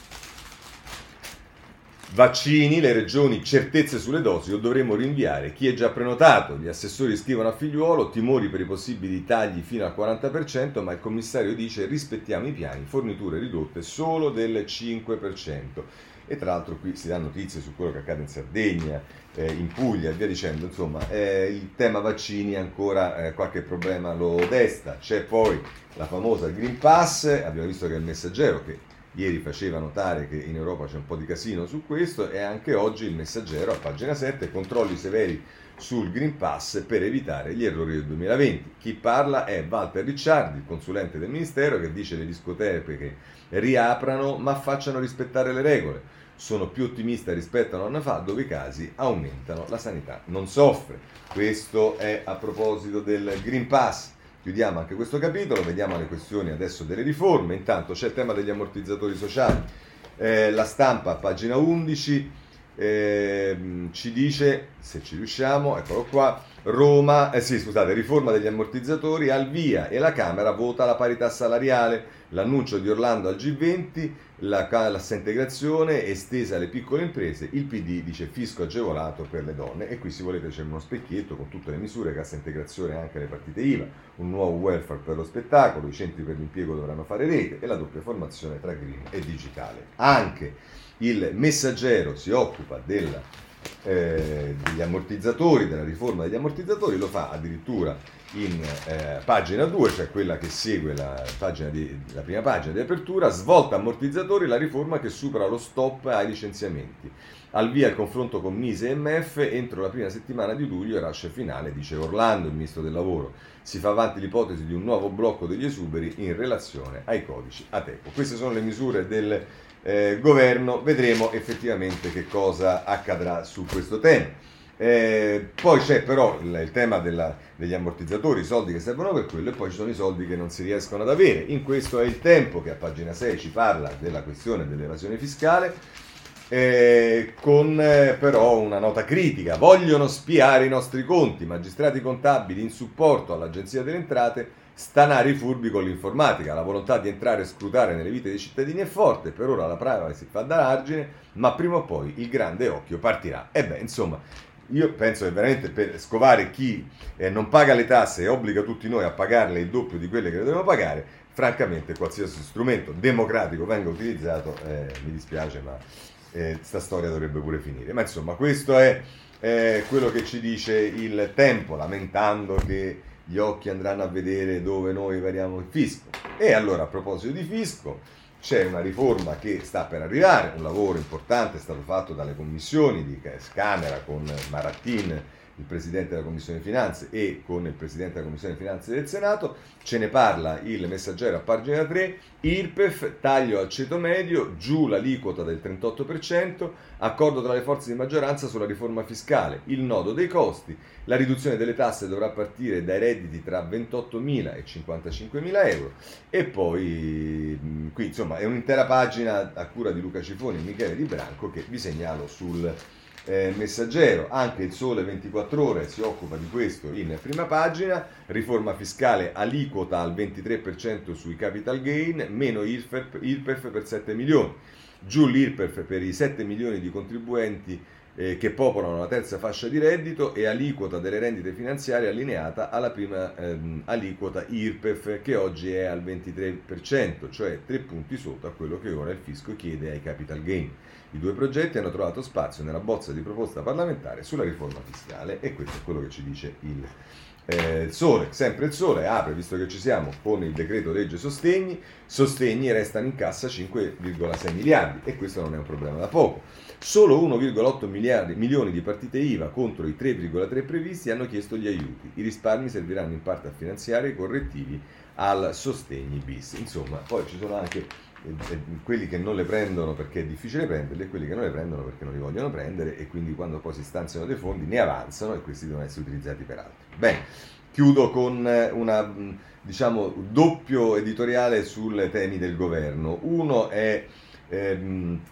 Vaccini, le regioni, certezze sulle dosi o dovremmo rinviare? Chi è già prenotato? Gli assessori scrivono a Figliuolo, timori per i possibili tagli fino al quaranta per cento, ma il commissario dice rispettiamo i piani, forniture ridotte solo del cinque per cento. E tra l'altro qui si danno notizie su quello che accade in Sardegna, eh, in Puglia e via dicendo. Insomma, eh, il tema vaccini ancora eh, qualche problema lo desta. C'è poi la famosa Green Pass, abbiamo visto che è il Messaggero che ieri faceva notare che in Europa c'è un po' di casino su questo, e anche oggi il Messaggero a pagina sette, controlli severi sul Green Pass per evitare gli errori del duemilaventi. Chi parla è Walter Ricciardi, il consulente del Ministero, che dice le discoteche che riaprano ma facciano rispettare le regole. Sono più ottimista rispetto a un anno fa, dove i casi aumentano, la sanità non soffre. Questo è a proposito del Green Pass. Chiudiamo anche questo capitolo, vediamo le questioni adesso delle riforme. Intanto c'è il tema degli ammortizzatori sociali. Eh, la Stampa, pagina undici, eh, ci dice, se ci riusciamo, eccolo qua, Roma, eh sì scusate, riforma degli ammortizzatori al via e la Camera vota la parità salariale. L'annuncio di Orlando al G venti, la cassa integrazione estesa alle piccole imprese, il P D dice fisco agevolato per le donne, e qui si volete c'è uno specchietto con tutte le misure, cassa integrazione anche alle partite I V A, un nuovo welfare per lo spettacolo, i centri per l'impiego dovranno fare rete e la doppia formazione tra green e digitale. Anche il Messaggero si occupa della, eh, degli ammortizzatori, della riforma degli ammortizzatori, lo fa addirittura in eh, pagina due, cioè quella che segue la, pagina di, la prima pagina di apertura. Svolta ammortizzatori, la riforma che supera lo stop ai licenziamenti. Al via il confronto con M I S e M F entro la prima settimana di luglio e rush finale, dice Orlando, il ministro del lavoro. Si fa avanti l'ipotesi di un nuovo blocco degli esuberi in relazione ai codici Ateco. Queste sono le misure del eh, governo, vedremo effettivamente che cosa accadrà su questo tema. Eh, poi c'è però il, il tema della, degli ammortizzatori, i soldi che servono per quello, e poi ci sono i soldi che non si riescono ad avere. In questo è il Tempo che a pagina sei ci parla della questione dell'evasione fiscale, eh, con eh, però una nota critica. Vogliono spiare i nostri conti, magistrati contabili in supporto all'Agenzia delle Entrate, stanare i furbi con l'informatica. La volontà di entrare e scrutare nelle vite dei cittadini è forte, per ora la privacy fa da argine, ma prima o poi il grande occhio partirà. E beh, insomma, io penso che veramente per scovare chi eh, non paga le tasse e obbliga tutti noi a pagarle il doppio di quelle che le dobbiamo pagare, francamente qualsiasi strumento democratico venga utilizzato, eh, mi dispiace, ma eh, sta storia dovrebbe pure finire. Ma insomma, questo è eh, quello che ci dice il Tempo, lamentando che gli occhi andranno a vedere dove noi variamo il fisco. E allora, a proposito di fisco, c'è una riforma che sta per arrivare, un lavoro importante è stato fatto dalle commissioni di Camera con Marattin, il Presidente della Commissione Finanze, e con il Presidente della Commissione Finanze del Senato. Ce ne parla il Messaggero a pagina tre, I R P E F, taglio al ceto medio, giù l'aliquota del trentotto per cento, accordo tra le forze di maggioranza sulla riforma fiscale, il nodo dei costi, la riduzione delle tasse dovrà partire dai redditi tra ventottomila e cinquantacinquemila euro, e poi qui insomma è un'intera pagina a cura di Luca Cifoni e Michele Di Branco che vi segnalo sul Eh, Messaggero. Anche il Sole ventiquattro Ore si occupa di questo in prima pagina, riforma fiscale, aliquota al ventitré per cento sui capital gain, meno I R P E F per sette milioni, giù l'I R P E F per i sette milioni di contribuenti eh, che popolano la terza fascia di reddito, e aliquota delle rendite finanziarie allineata alla prima ehm, aliquota I R P E F che oggi è al ventitré per cento, cioè tre punti sotto a quello che ora il fisco chiede ai capital gain. I due progetti hanno trovato spazio nella bozza di proposta parlamentare sulla riforma fiscale, e questo è quello che ci dice il eh, Sole. Sempre il Sole apre, visto che ci siamo, con il decreto legge sostegni. Sostegni restano in cassa cinque virgola sei miliardi, e questo non è un problema da poco. Solo uno virgola otto miliardi, milioni di partite I V A contro i tre virgola tre previsti hanno chiesto gli aiuti. I risparmi serviranno in parte a finanziare i correttivi al sostegni bis. Insomma, poi ci sono anche quelli che non le prendono perché è difficile prenderle, e quelli che non le prendono perché non li vogliono prendere, e quindi quando poi si stanziano dei fondi ne avanzano, e questi devono essere utilizzati per altro. Bene, chiudo con una, diciamo, doppio editoriale sui temi del governo. Uno è ehm,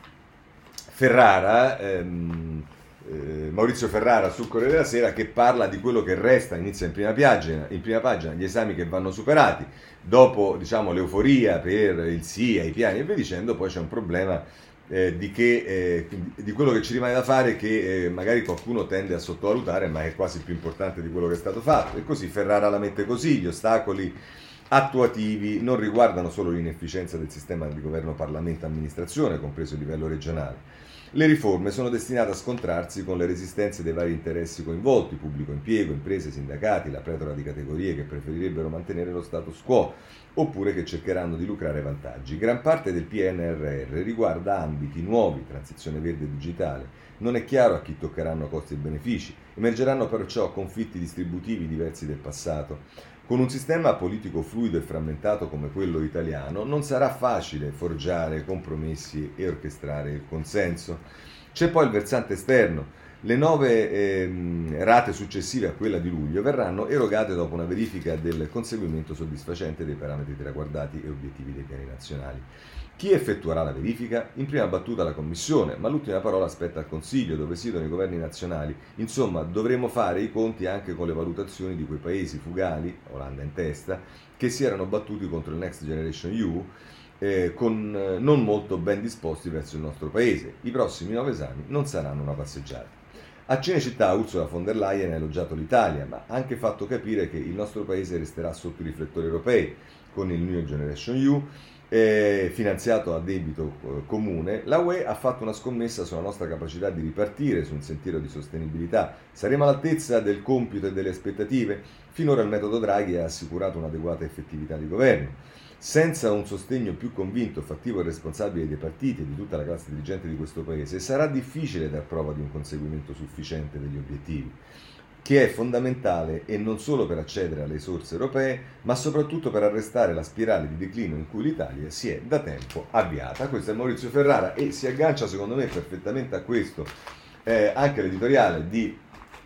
Ferrara, ehm, eh, Maurizio Ferrara sul Corriere della Sera, che parla di quello che resta, inizia in prima pagina, in prima pagina gli esami che vanno superati. Dopo, diciamo, l'euforia per il sì ai piani e via dicendo, poi c'è un problema eh, di, che, eh, di quello che ci rimane da fare, che eh, magari qualcuno tende a sottovalutare, ma è quasi più importante di quello che è stato fatto. E così Ferrara la mette così: gli ostacoli attuativi non riguardano solo l'inefficienza del sistema di governo Parlamento-amministrazione, compreso il livello regionale. Le riforme sono destinate a scontrarsi con le resistenze dei vari interessi coinvolti, pubblico impiego, imprese, sindacati, la pletora di categorie che preferirebbero mantenere lo status quo, oppure che cercheranno di lucrare vantaggi. Gran parte del P N R R riguarda ambiti nuovi, transizione verde e digitale. Non è chiaro a chi toccheranno costi e benefici. Emergeranno perciò conflitti distributivi diversi del passato. Con un sistema politico fluido e frammentato come quello italiano non sarà facile forgiare compromessi e orchestrare il consenso. C'è poi il versante esterno. Le nove ehm, rate successive a quella di luglio verranno erogate dopo una verifica del conseguimento soddisfacente dei parametri traguardati e obiettivi dei piani nazionali. Chi effettuerà la verifica? In prima battuta la Commissione, ma l'ultima parola spetta al Consiglio, dove siedono i governi nazionali. Insomma, dovremo fare i conti anche con le valutazioni di quei paesi fugali, Olanda in testa, che si erano battuti contro il Next Generation E U, eh, con, eh, non molto ben disposti verso il nostro paese. I prossimi nove esami non saranno una passeggiata. A Cinecittà Ursula von der Leyen ha elogiato l'Italia, ma ha anche fatto capire che il nostro paese resterà sotto i riflettori europei. Con il New Generation E U, eh, finanziato a debito eh, comune, la U E ha fatto una scommessa sulla nostra capacità di ripartire su un sentiero di sostenibilità. Saremo all'altezza del compito e delle aspettative? Finora il metodo Draghi ha assicurato un'adeguata effettività di governo. Senza un sostegno più convinto, fattivo e responsabile dei partiti e di tutta la classe dirigente di questo Paese, sarà difficile dar prova di un conseguimento sufficiente degli obiettivi, che è fondamentale, e non solo per accedere alle risorse europee, ma soprattutto per arrestare la spirale di declino in cui l'Italia si è da tempo avviata. Questo è Maurizio Ferrara, e si aggancia secondo me perfettamente a questo eh, anche l'editoriale di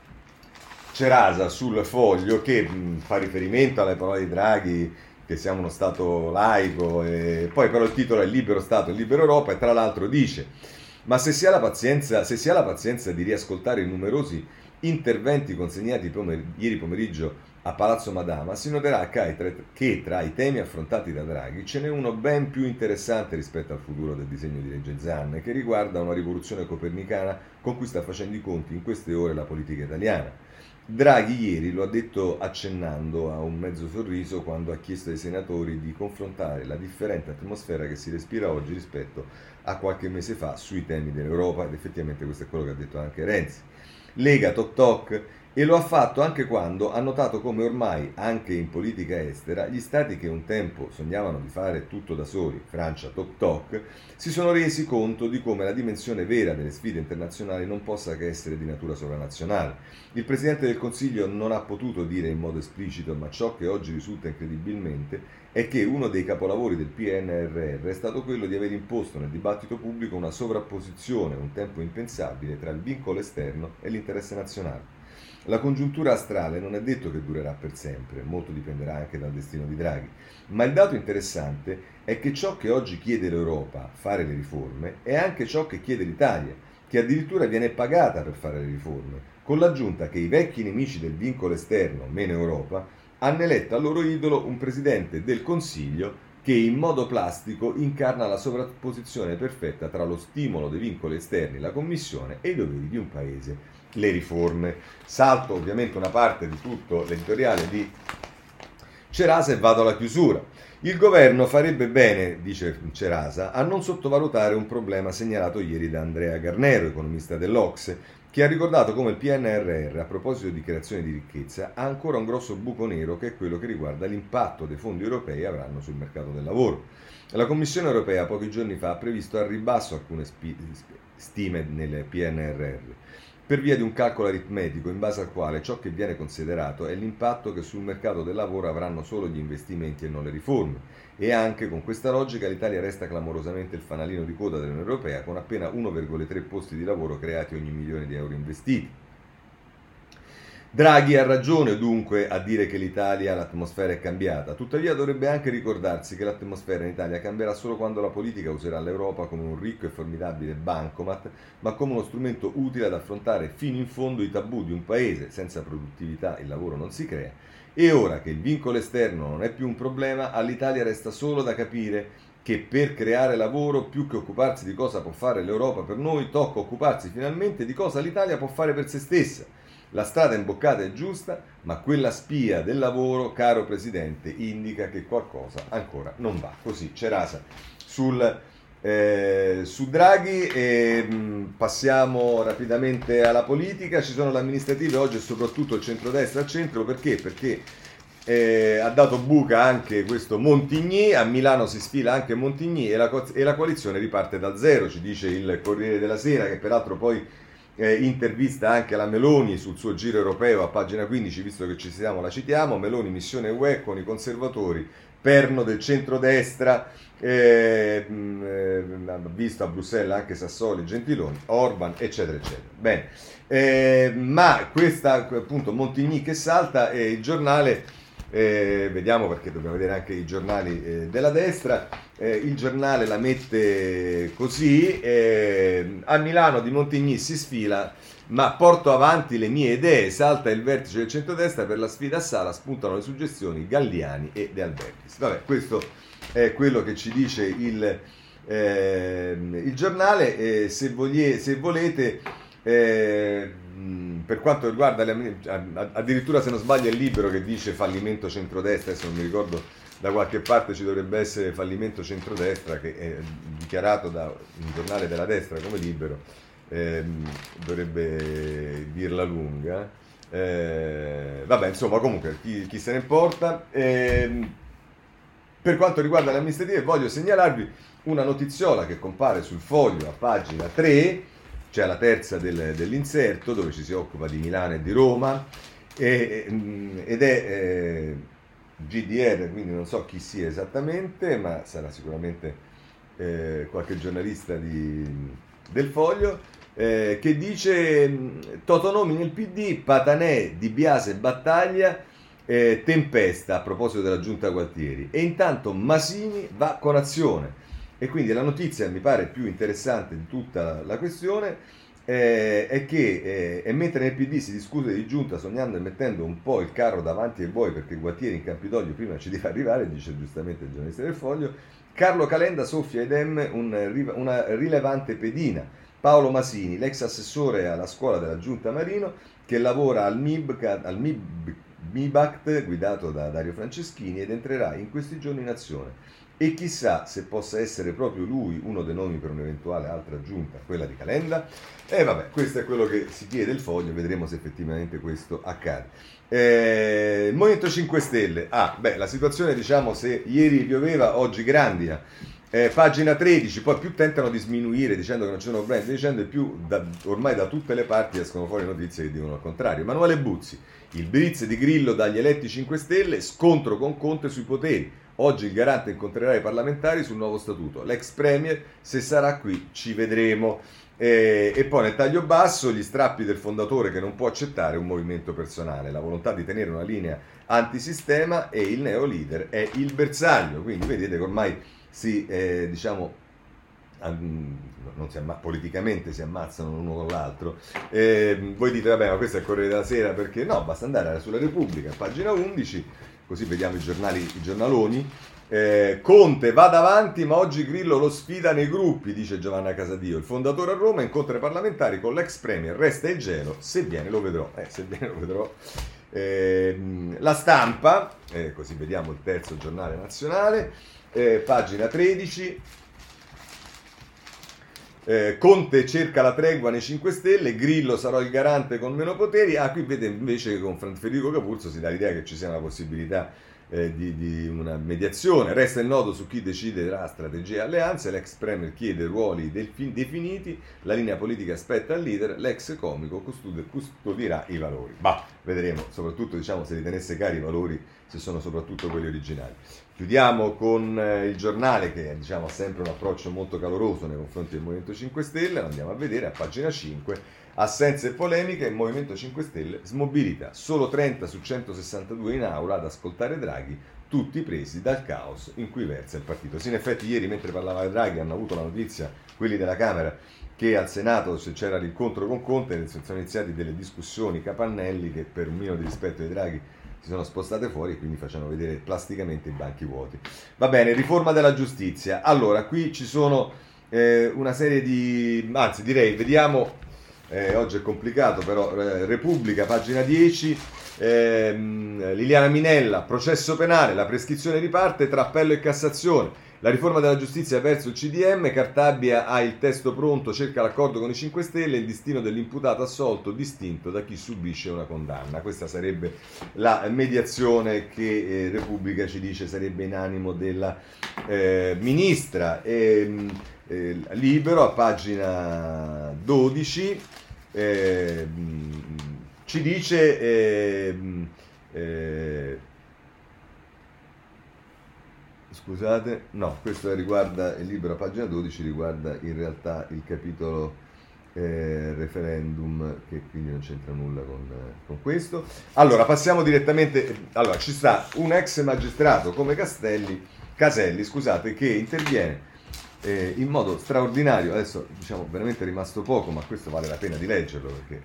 Cerasa sul Foglio, che mh, fa riferimento alle parole di Draghi, che siamo uno Stato laico, e poi però il titolo è Libero Stato e Libera Europa, e tra l'altro dice: ma se si ha la pazienza, se si ha la pazienza di riascoltare i numerosi interventi consegnati pomer- ieri pomeriggio a Palazzo Madama, si noterà che tra, che tra i temi affrontati da Draghi ce n'è uno ben più interessante rispetto al futuro del disegno di legge Zan, che riguarda una rivoluzione copernicana con cui sta facendo i conti in queste ore la politica italiana. Draghi ieri lo ha detto accennando a un mezzo sorriso quando ha chiesto ai senatori di confrontare la differente atmosfera che si respira oggi rispetto a qualche mese fa sui temi dell'Europa, ed effettivamente questo è quello che ha detto anche Renzi. Lega toc toc, E lo ha fatto anche quando ha notato come ormai, anche in politica estera, gli stati che un tempo sognavano di fare tutto da soli, Francia toc toc, si sono resi conto di come la dimensione vera delle sfide internazionali non possa che essere di natura sovranazionale. Il Presidente del Consiglio non ha potuto dire in modo esplicito, ma ciò che oggi risulta incredibilmente è che uno dei capolavori del P N R R è stato quello di aver imposto nel dibattito pubblico una sovrapposizione, un tempo impensabile, tra il vincolo esterno e l'interesse nazionale. La congiuntura astrale non è detto che durerà per sempre, molto dipenderà anche dal destino di Draghi, ma il dato interessante è che ciò che oggi chiede l'Europa, fare le riforme, è anche ciò che chiede l'Italia, che addirittura viene pagata per fare le riforme, con l'aggiunta che i vecchi nemici del vincolo esterno, meno Europa, hanno eletto al loro idolo un Presidente del Consiglio che in modo plastico incarna la sovrapposizione perfetta tra lo stimolo dei vincoli esterni, la Commissione, e i doveri di un Paese, le riforme. Salto ovviamente una parte di tutto l'editoriale di Cerasa e vado alla chiusura. Il governo farebbe bene, dice Cerasa, a non sottovalutare un problema segnalato ieri da Andrea Garnero, economista dell'Ocse, che ha ricordato come il P N R R, a proposito di creazione di ricchezza, ha ancora un grosso buco nero che è quello che riguarda l'impatto dei fondi europei avranno sul mercato del lavoro. La Commissione europea pochi giorni fa ha previsto al ribasso alcune spi- stime nel P N R R, per via di un calcolo aritmetico in base al quale ciò che viene considerato è l'impatto che sul mercato del lavoro avranno solo gli investimenti e non le riforme. E anche con questa logica l'Italia resta clamorosamente il fanalino di coda dell'Unione Europea, con appena uno virgola tre posti di lavoro creati ogni milione di euro investiti. Draghi ha ragione dunque a dire che l'Italia, l'atmosfera è cambiata, tuttavia dovrebbe anche ricordarsi che l'atmosfera in Italia cambierà solo quando la politica userà l'Europa come un ricco e formidabile bancomat, ma come uno strumento utile ad affrontare fino in fondo i tabù di un paese. Senza produttività il lavoro non si crea, e ora che il vincolo esterno non è più un problema, all'Italia resta solo da capire che per creare lavoro, più che occuparsi di cosa può fare l'Europa per noi, tocca occuparsi finalmente di cosa l'Italia può fare per se stessa. La strada imboccata è giusta, ma quella spia del lavoro, caro Presidente, indica che qualcosa ancora non va. Così Cerasa sul, eh, su Draghi. E, mh, passiamo rapidamente alla politica. Ci sono le amministrative oggi e soprattutto il centrodestra al centro. Perché? Perché eh, ha dato buca anche questo Montigny, a Milano si sfila anche Montigny e la, co- e la coalizione riparte da zero, ci dice il Corriere della Sera, che peraltro poi Eh, intervista anche la Meloni sul suo giro europeo a pagina quindici, visto che ci siamo la citiamo. Meloni, missione U E con i conservatori, perno del centrodestra, eh, eh, visto a Bruxelles anche Sassoli, Gentiloni, Orban, eccetera eccetera. Bene, eh, ma questa appunto Montigny che salta, e il giornale, eh, vediamo perché dobbiamo vedere anche i giornali eh, della destra. Eh, il giornale la mette così: eh, a Milano di Montigny si sfila, ma porto avanti le mie idee, salta il vertice del centrodestra per la sfida a Sala, spuntano le suggestioni Galliani e De Albertis. Vabbè, questo è quello che ci dice il, eh, il giornale. Eh, se, voglie, se volete, eh, per quanto riguarda le, addirittura, se non sbaglio, è Libero che dice fallimento centrodestra, adesso non mi ricordo, da qualche parte ci dovrebbe essere fallimento centrodestra, che è dichiarato da un giornale della destra come Libero, ehm, dovrebbe dirla lunga. Eh, vabbè, insomma, comunque, chi, chi se ne importa. Eh, per quanto riguarda le amministrative, voglio segnalarvi una notiziola che compare sul Foglio a pagina tre, cioè la terza del, dell'inserto, dove ci si occupa di Milano e di Roma, e, ed è eh, G D R, quindi non so chi sia esattamente, ma sarà sicuramente eh, qualche giornalista di, del Foglio, eh, che dice: Totonomi nel P D, Patanè, Di Biase battaglia, eh, tempesta a proposito della giunta Gualtieri, e intanto Masini va con Azione. E quindi la notizia mi pare più interessante di tutta la questione eh, è che eh, e mentre nel P D si discute di giunta sognando e mettendo un po' il carro davanti ai buoi, perché Gualtieri in Campidoglio prima ci deve arrivare, dice giustamente il giornalista del Foglio, Carlo Calenda soffia ed em un, una rilevante pedina. Paolo Masini, l'ex assessore alla scuola della giunta Marino, che lavora al M I B, al M I B, M I B A C T, guidato da Dario Franceschini, ed entrerà in questi giorni in azione. e chissà se possa essere proprio lui uno dei nomi per un'eventuale altra giunta, quella di Calenda. E vabbè, questo è quello che si chiede il Foglio, vedremo se effettivamente questo accade. Eh, Movimento cinque Stelle, ah, beh, la situazione, diciamo, se ieri pioveva, oggi grandina. Eh, pagina tredici, poi più tentano di sminuire dicendo che non ci sono problemi, dicendo più da, ormai da tutte le parti escono fuori notizie che dicono il contrario. Emanuele Buzzi, il blitz di Grillo dagli eletti cinque Stelle, scontro con Conte sui poteri. Oggi il garante incontrerà i parlamentari sul nuovo statuto. L'ex premier, se sarà qui, ci vedremo. Eh, e poi nel taglio basso gli strappi del fondatore che non può accettare un movimento personale, la volontà di tenere una linea antisistema e il neo leader è il bersaglio. Quindi vedete che ormai si, eh, diciamo, non si amma- politicamente si ammazzano l'uno con l'altro. Eh, voi dite, vabbè, ma questo è il Corriere della Sera, perché no? Basta andare sulla Repubblica, pagina undici, così vediamo i giornali, i giornaloni. Eh, Conte va davanti, ma oggi Grillo lo sfida nei gruppi, dice Giovanna Casadio. Il fondatore a Roma incontra i parlamentari con l'ex premier, resta il gelo, se viene lo vedrò. Eh, se viene lo vedrò. Eh, la Stampa, eh, così vediamo il terzo giornale nazionale, eh, pagina tredici. Eh, Conte cerca la tregua nei cinque Stelle, Grillo sarà il garante con meno poteri. Ah, qui vede invece che con Federico Capurzo si dà l'idea che ci sia una possibilità eh, di, di una mediazione. Resta il nodo su chi decide la strategia e alleanze. L'ex premier chiede ruoli definiti, la linea politica aspetta il leader, l'ex comico custodirà i valori. Bah, vedremo, soprattutto, diciamo, se li tenesse cari i valori, se sono soprattutto quelli originali. Chiudiamo con eh, il giornale che, diciamo, ha sempre un approccio molto caloroso nei confronti del Movimento cinque Stelle. Lo andiamo a vedere a pagina cinque. Assenze e polemiche, il Movimento cinque Stelle smobilita. Solo trenta su centosessantadue in aula ad ascoltare Draghi, tutti presi dal caos in cui versa il partito. Sì, in effetti ieri mentre parlava Draghi hanno avuto la notizia, quelli della Camera, che al Senato, se c'era l'incontro con Conte, sono iniziate delle discussioni capannelli che per un minimo di rispetto di Draghi si sono spostate fuori e quindi facciano vedere plasticamente i banchi vuoti. Va bene, riforma della giustizia. Allora, qui ci sono eh, una serie di... anzi direi, vediamo, eh, oggi è complicato però, eh, Repubblica, pagina dieci, ehm, Liliana Minella, processo penale, la prescrizione riparte tra appello e Cassazione. La riforma della giustizia verso il C D M, Cartabia ha il testo pronto, cerca l'accordo con i cinque Stelle, il destino dell'imputato assolto distinto da chi subisce una condanna. Questa sarebbe la mediazione che eh, Repubblica ci dice sarebbe in animo della eh, ministra. E, eh, Libero, a pagina dodici, eh, ci dice... Eh, eh, Scusate, no, questo riguarda il Libero, pagina dodici, riguarda in realtà il capitolo eh, referendum, che quindi non c'entra nulla con, con questo. Allora, passiamo direttamente. Allora, ci sta un ex magistrato come Castelli, Caselli, scusate, che interviene eh, in modo straordinario. Adesso, diciamo, veramente è rimasto poco, ma questo vale la pena di leggerlo perché...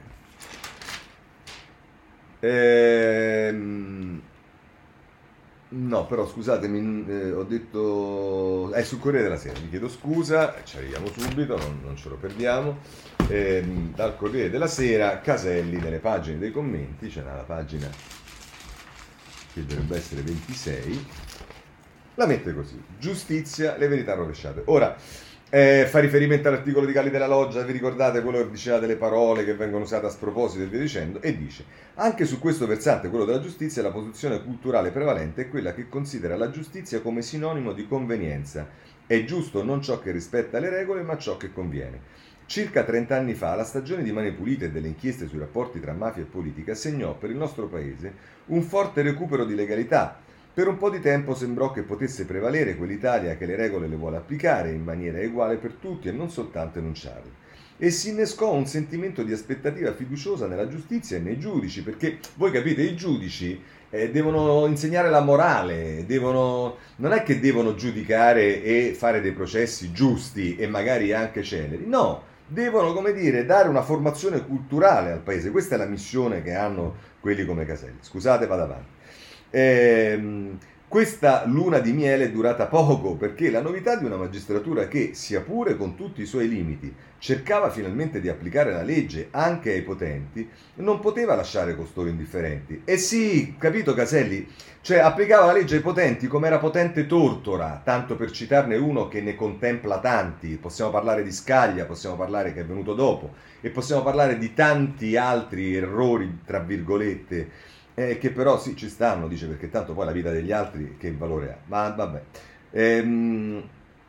Ehm... No, però scusatemi, eh, ho detto... È sul Corriere della Sera, vi chiedo scusa, ci arriviamo subito, non, non ce lo perdiamo. Eh, dal Corriere della Sera, Caselli, nelle pagine dei commenti, c'è la pagina che dovrebbe essere ventisei, la mette così: giustizia, le verità rovesciate. Ora, eh, fa riferimento all'articolo di Galli della Loggia, vi ricordate quello che diceva delle parole che vengono usate a sproposito e via dicendo, e dice: anche su questo versante, quello della giustizia, la posizione culturale prevalente è quella che considera la giustizia come sinonimo di convenienza. È giusto non ciò che rispetta le regole, ma ciò che conviene. Circa trenta anni fa, la stagione di Mani Pulite e delle inchieste sui rapporti tra mafia e politica segnò per il nostro paese un forte recupero di legalità. Per un po' di tempo sembrò che potesse prevalere quell'Italia che le regole le vuole applicare in maniera uguale per tutti e non soltanto enunciarle. E si innescò un sentimento di aspettativa fiduciosa nella giustizia e nei giudici, perché voi capite, i giudici eh, devono insegnare la morale, devono, non è che devono giudicare e fare dei processi giusti e magari anche celeri, no, devono, come dire, dare una formazione culturale al paese. Questa è la missione che hanno quelli come Caselli. Scusate, vado avanti. Ehm, Questa luna di miele è durata poco perché la novità di una magistratura che, sia pure con tutti i suoi limiti, cercava finalmente di applicare la legge anche ai potenti, non poteva lasciare costoro indifferenti. E sì, capito Caselli? Cioè applicava la legge ai potenti come era potente Tortora, tanto per citarne uno che ne contempla tanti. Possiamo parlare di Scaglia, possiamo parlare che è venuto dopo, e possiamo parlare di tanti altri errori, tra virgolette, eh, che però sì, ci stanno, dice, perché tanto poi la vita degli altri che valore ha. Ma vabbè. Ehm,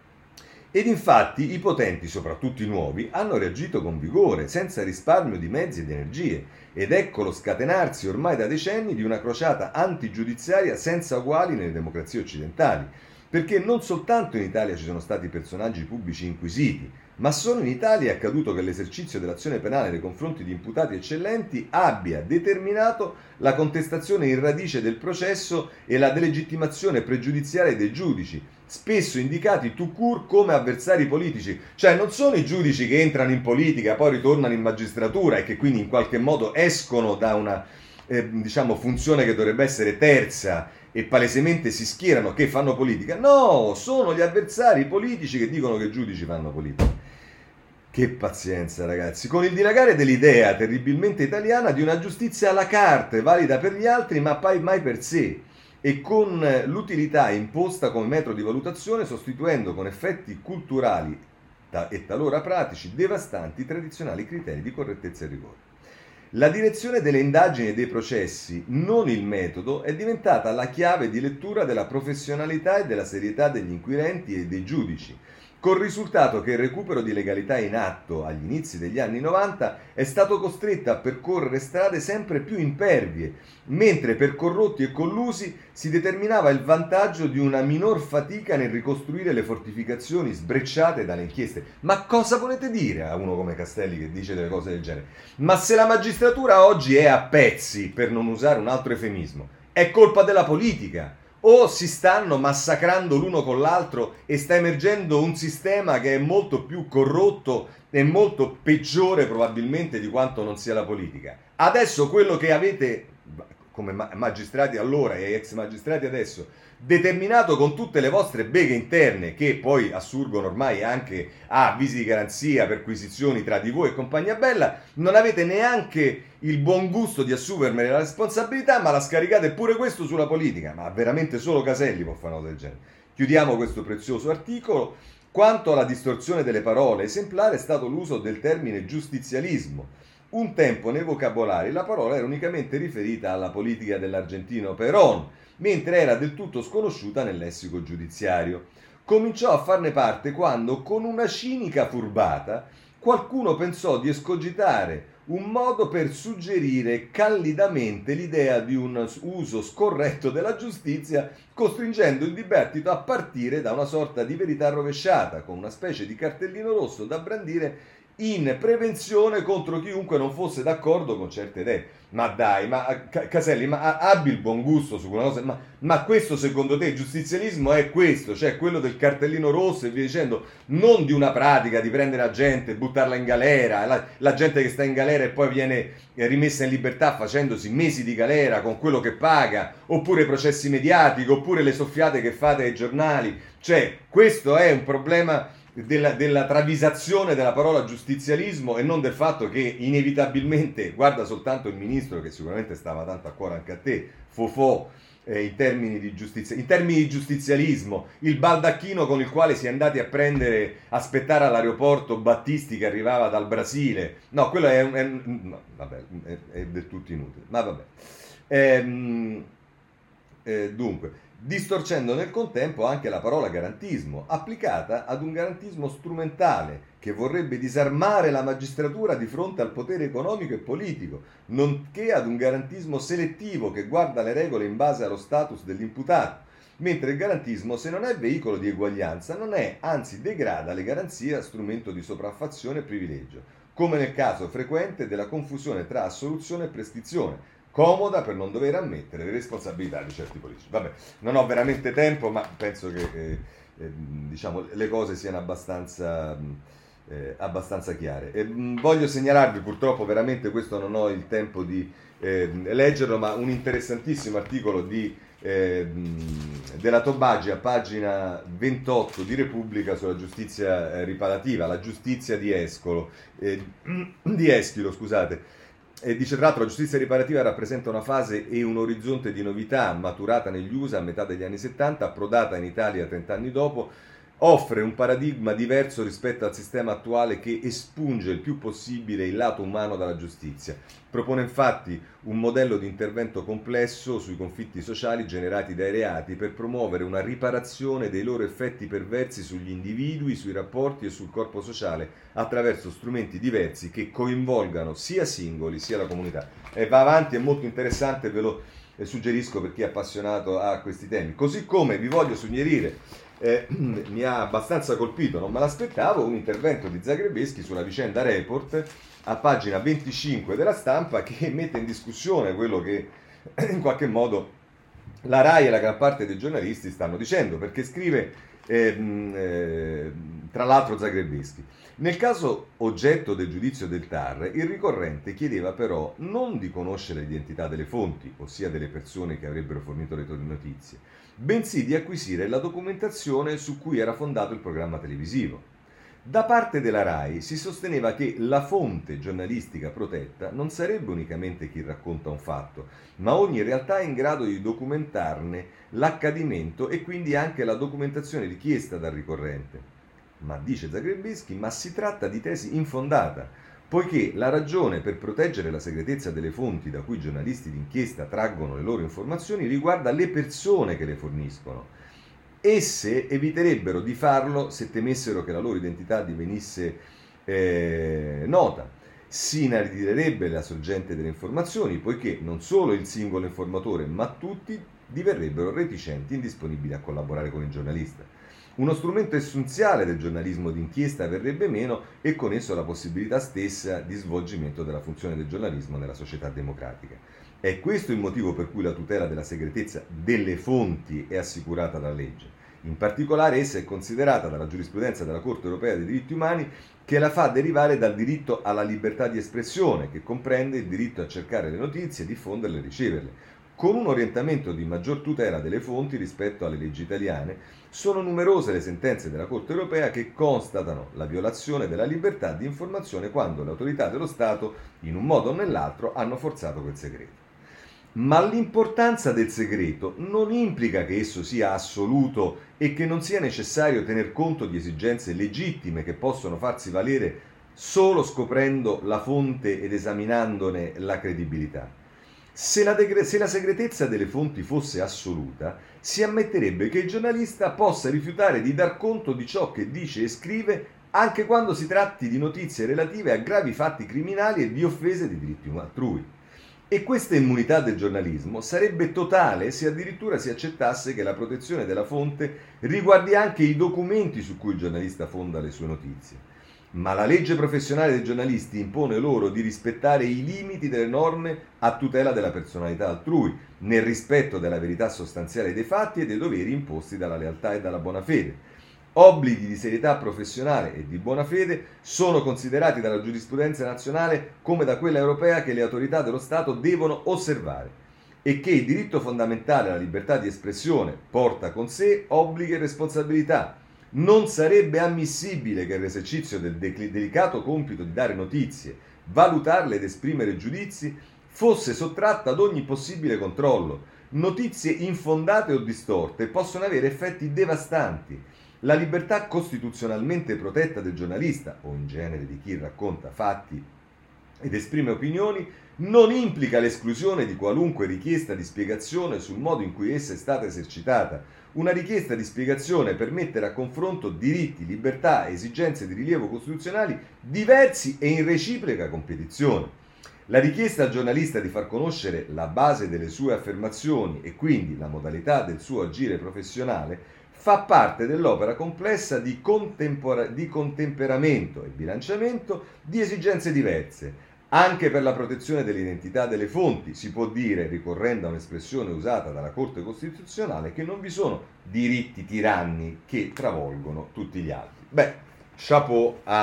ed infatti i potenti, soprattutto i nuovi, hanno reagito con vigore, senza risparmio di mezzi ed energie. Ed ecco lo scatenarsi ormai da decenni di una crociata antigiudiziaria senza uguali nelle democrazie occidentali. Perché non soltanto in Italia ci sono stati personaggi pubblici inquisiti, ma solo in Italia è accaduto che l'esercizio dell'azione penale nei confronti di imputati eccellenti abbia determinato la contestazione in radice del processo e la delegittimazione pregiudiziale dei giudici, spesso indicati tout court come avversari politici. Cioè non sono i giudici che entrano in politica, poi ritornano in magistratura e che quindi in qualche modo escono da una eh, diciamo funzione che dovrebbe essere terza e palesemente si schierano, che fanno politica. No, sono gli avversari politici che dicono che i giudici fanno politica. Che pazienza, ragazzi, con il dilagare dell'idea terribilmente italiana di una giustizia alla carte, valida per gli altri ma poi mai per sé, e con l'utilità imposta come metro di valutazione, sostituendo con effetti culturali e talora pratici devastanti i tradizionali criteri di correttezza e rigore. La direzione delle indagini e dei processi, non il metodo, è diventata la chiave di lettura della professionalità e della serietà degli inquirenti e dei giudici, col risultato che il recupero di legalità in atto agli inizi degli anni novanta è stato costretto a percorrere strade sempre più impervie, mentre per corrotti e collusi si determinava il vantaggio di una minor fatica nel ricostruire le fortificazioni sbrecciate dalle inchieste. Ma cosa volete dire a uno come Castelli che dice delle cose del genere? Ma se la magistratura oggi è a pezzi, per non usare un altro eufemismo, è colpa della politica. O si stanno massacrando l'uno con l'altro e sta emergendo un sistema che è molto più corrotto e molto peggiore probabilmente di quanto non sia la politica. Adesso quello che avete come magistrati allora e ex magistrati adesso determinato con tutte le vostre beghe interne, che poi assurgono ormai anche a avvisi di garanzia, perquisizioni tra di voi e compagnia bella, non avete neanche il buon gusto di assumermene la responsabilità, ma la scaricate pure questo sulla politica. Ma veramente solo Caselli può fare una cosa del genere. Chiudiamo questo prezioso articolo. Quanto alla distorsione delle parole, esemplare è stato l'uso del termine giustizialismo. Un tempo nei vocabolari la parola era unicamente riferita alla politica dell'argentino Perón, mentre era del tutto sconosciuta nel lessico giudiziario. Cominciò a farne parte quando, con una cinica furbata, qualcuno pensò di escogitare un modo per suggerire callidamente l'idea di un uso scorretto della giustizia, costringendo il dibattito a partire da una sorta di verità rovesciata, con una specie di cartellino rosso da brandire in prevenzione contro chiunque non fosse d'accordo con certe idee. Ma dai, ma Caselli, ma abbi il buon gusto su una cosa, ma, ma questo secondo te, il giustizialismo è questo, cioè quello del cartellino rosso e via dicendo, non di una pratica di prendere la gente, buttarla in galera, la, la gente che sta in galera e poi viene rimessa in libertà facendosi mesi di galera con quello che paga, oppure processi mediatici, oppure le soffiate che fate ai giornali. Cioè, questo è un problema Della, della travisazione della parola giustizialismo e non del fatto che inevitabilmente, guarda soltanto il ministro che sicuramente stava tanto a cuore anche a te, Fofò, eh, in termini di giustizia, in termini di giustizialismo, il baldacchino con il quale si è andati a prendere, aspettare all'aeroporto Battisti che arrivava dal Brasile, no, quello è, è, no, vabbè, è, è del tutto inutile, ma vabbè. Ehm, eh, dunque, distorcendo nel contempo anche la parola garantismo, applicata ad un garantismo strumentale che vorrebbe disarmare la magistratura di fronte al potere economico e politico, nonché ad un garantismo selettivo che guarda le regole in base allo status dell'imputato, mentre il garantismo, se non è veicolo di eguaglianza, non è, anzi degrada le garanzie a strumento di sopraffazione e privilegio, come nel caso frequente della confusione tra assoluzione e prescrizione, comoda per non dover ammettere le responsabilità di certi politici. Vabbè, non ho veramente tempo, ma penso che eh, eh, diciamo, le cose siano abbastanza, eh, abbastanza chiare. E, mh, voglio segnalarvi, purtroppo veramente questo non ho il tempo di eh, leggerlo, ma un interessantissimo articolo di eh, della Tobagi a pagina ventotto di Repubblica sulla giustizia eh, riparativa, la giustizia di Escolo, eh, di Eschilo, scusate. E dice tra l'altro la giustizia riparativa rappresenta una fase e un orizzonte di novità maturata negli U S A a metà degli anni settanta, approdata in Italia trent'anni dopo, offre un paradigma diverso rispetto al sistema attuale che espunge il più possibile il lato umano dalla giustizia. Propone infatti un modello di intervento complesso sui conflitti sociali generati dai reati per promuovere una riparazione dei loro effetti perversi sugli individui, sui rapporti e sul corpo sociale attraverso strumenti diversi che coinvolgano sia singoli sia la comunità. E va avanti, è molto interessante, ve lo suggerisco per chi è appassionato a questi temi. Così come vi voglio suggerire, Eh, mi ha abbastanza colpito, non me l'aspettavo, un intervento di Zagrebeschi sulla vicenda Report a pagina venticinque della Stampa, che mette in discussione quello che in qualche modo la RAI e la gran parte dei giornalisti stanno dicendo, perché scrive eh, eh, tra l'altro Zagrebeschi: nel caso oggetto del giudizio del T A R, il ricorrente chiedeva però non di conoscere l'identità delle fonti, ossia delle persone che avrebbero fornito le notizie, bensì di acquisire la documentazione su cui era fondato il programma televisivo. Da parte della RAI si sosteneva che la fonte giornalistica protetta non sarebbe unicamente chi racconta un fatto, ma ogni realtà in grado di documentarne l'accadimento e quindi anche la documentazione richiesta dal ricorrente. Ma dice Zagrebeschi, ma si tratta di tesi infondata, poiché la ragione per proteggere la segretezza delle fonti da cui i giornalisti d'inchiesta traggono le loro informazioni riguarda le persone che le forniscono. Esse eviterebbero di farlo se temessero che la loro identità divenisse eh, nota. Si inaridirebbe la sorgente delle informazioni, poiché non solo il singolo informatore, ma tutti diverrebbero reticenti e indisponibili a collaborare con il giornalista. Uno strumento essenziale del giornalismo d'inchiesta verrebbe meno e con esso la possibilità stessa di svolgimento della funzione del giornalismo nella società democratica. È questo il motivo per cui la tutela della segretezza delle fonti è assicurata dalla legge. In particolare essa è considerata dalla giurisprudenza della Corte Europea dei Diritti Umani, che la fa derivare dal diritto alla libertà di espressione, che comprende il diritto a cercare le notizie, diffonderle e riceverle. Con un orientamento di maggior tutela delle fonti rispetto alle leggi italiane, sono numerose le sentenze della Corte Europea che constatano la violazione della libertà di informazione quando le autorità dello Stato, in un modo o nell'altro, hanno forzato quel segreto. Ma l'importanza del segreto non implica che esso sia assoluto e che non sia necessario tener conto di esigenze legittime che possono farsi valere solo scoprendo la fonte ed esaminandone la credibilità. Se la, degre- se la segretezza delle fonti fosse assoluta, si ammetterebbe che il giornalista possa rifiutare di dar conto di ciò che dice e scrive anche quando si tratti di notizie relative a gravi fatti criminali e di offese di diritti altrui. E questa immunità del giornalismo sarebbe totale se addirittura si accettasse che la protezione della fonte riguardi anche i documenti su cui il giornalista fonda le sue notizie. Ma la legge professionale dei giornalisti impone loro di rispettare i limiti delle norme a tutela della personalità altrui, nel rispetto della verità sostanziale dei fatti e dei doveri imposti dalla lealtà e dalla buona fede. Obblighi di serietà professionale e di buona fede sono considerati dalla giurisprudenza nazionale come da quella europea che le autorità dello Stato devono osservare e che il diritto fondamentale alla libertà di espressione porta con sé obblighi e responsabilità. Non sarebbe ammissibile che l'esercizio del de- delicato compito di dare notizie, valutarle ed esprimere giudizi fosse sottratta ad ogni possibile controllo. Notizie infondate o distorte possono avere effetti devastanti. La libertà costituzionalmente protetta del giornalista, o in genere di chi racconta fatti ed esprime opinioni, non implica l'esclusione di qualunque richiesta di spiegazione sul modo in cui essa è stata esercitata. Una richiesta di spiegazione per mettere a confronto diritti, libertà e esigenze di rilievo costituzionali diversi e in reciproca competizione. La richiesta al giornalista di far conoscere la base delle sue affermazioni e quindi la modalità del suo agire professionale fa parte dell'opera complessa di, contempora- di contemperamento e bilanciamento di esigenze diverse. Anche per la protezione dell'identità delle fonti si può dire, ricorrendo a un'espressione usata dalla Corte Costituzionale, che non vi sono diritti tiranni che travolgono tutti gli altri. Beh, chapeau a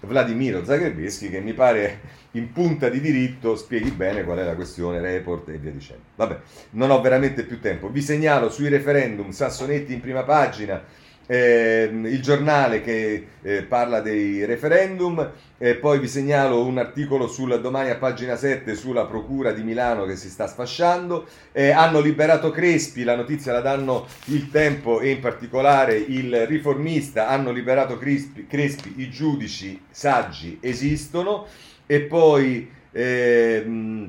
Vladimiro Zagrebeschi, che mi pare in punta di diritto spieghi bene qual è la questione report e via dicendo. Vabbè, non ho veramente più tempo. Vi segnalo sui referendum Sassonetti in prima pagina, eh, il giornale che eh, parla dei referendum, e poi vi segnalo un articolo sul Domani a pagina sette sulla procura di Milano che si sta sfasciando. Eh, hanno liberato Crespi, la notizia la danno Il Tempo e in particolare Il Riformista. Hanno liberato Crespi, Crespi i giudici saggi esistono. E poi ehm,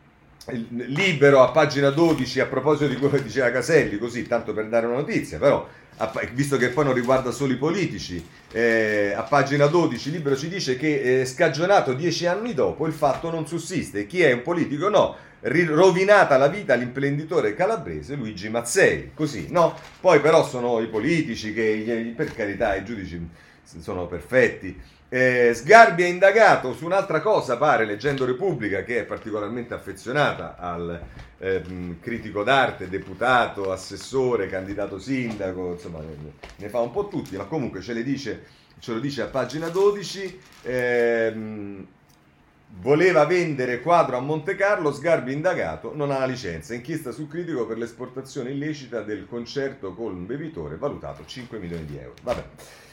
Libero a pagina dodici, a proposito di quello che diceva Caselli, così tanto per dare una notizia, però visto che poi non riguarda solo i politici, eh, a pagina dodici Libero ci dice che eh, scagionato dieci anni dopo il fatto non sussiste, chi è un politico no, rovinata la vita all'imprenditore calabrese Luigi Mazzei, così no, poi però sono i politici che per carità i giudici sono perfetti. Eh, Sgarbi è indagato su un'altra cosa, pare, leggendo Repubblica, che è particolarmente affezionata al eh, critico d'arte, deputato, assessore, candidato sindaco, insomma ne, ne fa un po' tutti, ma comunque ce, le dice, ce lo dice a pagina dodici. ehm, Voleva vendere quadro a Monte Carlo, Sgarbi indagato, non ha la licenza. Inchiesta sul critico per l'esportazione illecita del concerto con un bevitore, valutato cinque milioni di euro. Vabbè.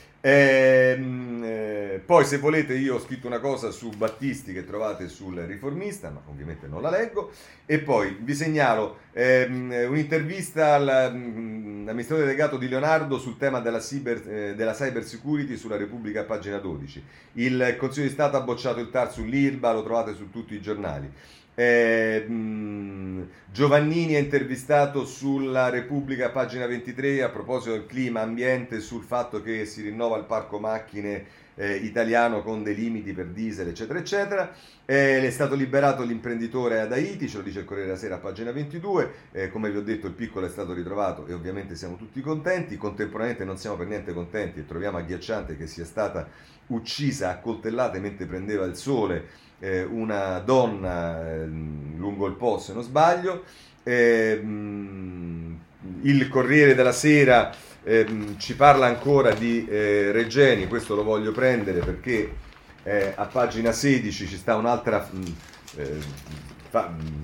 Ehm, eh, poi se volete io ho scritto una cosa su Battisti che trovate sul Riformista, ma ovviamente non la leggo, e poi vi segnalo ehm, un'intervista all'amministratore delegato di Leonardo sul tema della, cyber, eh, della cyber security sulla Repubblica, pagina dodici. Il Consiglio di Stato ha bocciato il T A R sull'Ilva, lo trovate su tutti i giornali. Eh, mh, Giovannini è intervistato sulla Repubblica, pagina ventitré, a proposito del clima ambiente, sul fatto che si rinnova il parco macchine eh, italiano con dei limiti per diesel eccetera eccetera. Eh, è stato liberato l'imprenditore ad Haiti, ce lo dice il Corriere della Sera a pagina ventidue. Eh, come vi ho detto il piccolo è stato ritrovato e ovviamente siamo tutti contenti. Contemporaneamente non siamo per niente contenti e troviamo agghiacciante che sia stata uccisa a coltellate mentre prendeva il sole Eh, una donna eh, lungo il Po, se non sbaglio. Eh, mh, il Corriere della Sera eh, mh, ci parla ancora di eh, Regeni, questo lo voglio prendere perché eh, a pagina sedici ci sta un'altra mh, eh, fa, mh,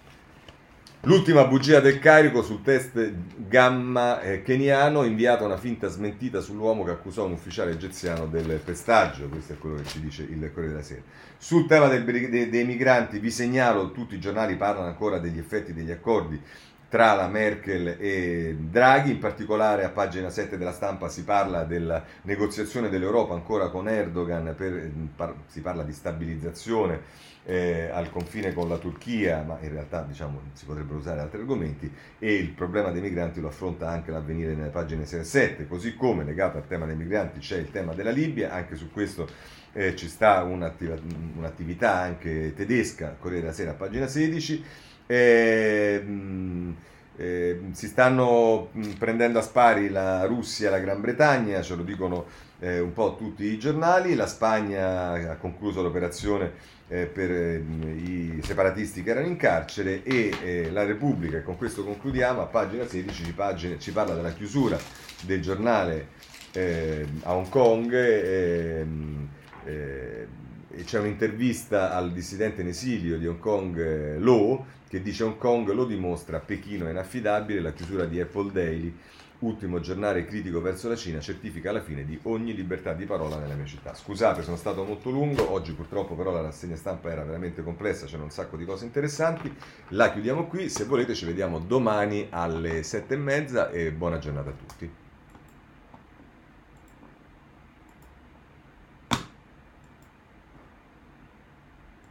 l'ultima bugia del carico sul test gamma eh, keniano, inviata una finta smentita sull'uomo che accusò un ufficiale egiziano del pestaggio. Questo è quello che ci dice il Corriere della Sera. Sul tema del, dei, dei migranti vi segnalo, tutti i giornali parlano ancora degli effetti degli accordi tra la Merkel e Draghi, in particolare a pagina sette della Stampa si parla della negoziazione dell'Europa ancora con Erdogan, per, par, si parla di stabilizzazione Eh, al confine con la Turchia, ma in realtà diciamo si potrebbero usare altri argomenti, e il problema dei migranti lo affronta anche l'Avvenire nelle pagine sei e sette, così come legato al tema dei migranti c'è il tema della Libia, anche su questo eh, ci sta un'attiva, un'attività anche tedesca, Corriere della Sera a pagina sedici. Eh, mh, eh, si stanno mh, prendendo a spari la Russia e la Gran Bretagna, ce lo dicono eh, un po' tutti i giornali. La Spagna ha concluso l'operazione Eh, per eh, i separatisti che erano in carcere, e eh, la Repubblica, e con questo concludiamo, a pagina sedici ci, pagine, ci parla della chiusura del giornale eh, a Hong Kong eh, eh, e c'è un'intervista al dissidente in esilio di Hong Kong, eh, Lo, che dice: Hong Kong lo dimostra, Pechino è inaffidabile, la chiusura di Apple Daily, ultimo giornale critico verso la Cina, certifica la fine di ogni libertà di parola nella mia città. Scusate, sono stato molto lungo, oggi purtroppo però la rassegna stampa era veramente complessa, c'erano un sacco di cose interessanti. La chiudiamo qui, se volete ci vediamo domani alle sette e mezza e buona giornata a tutti.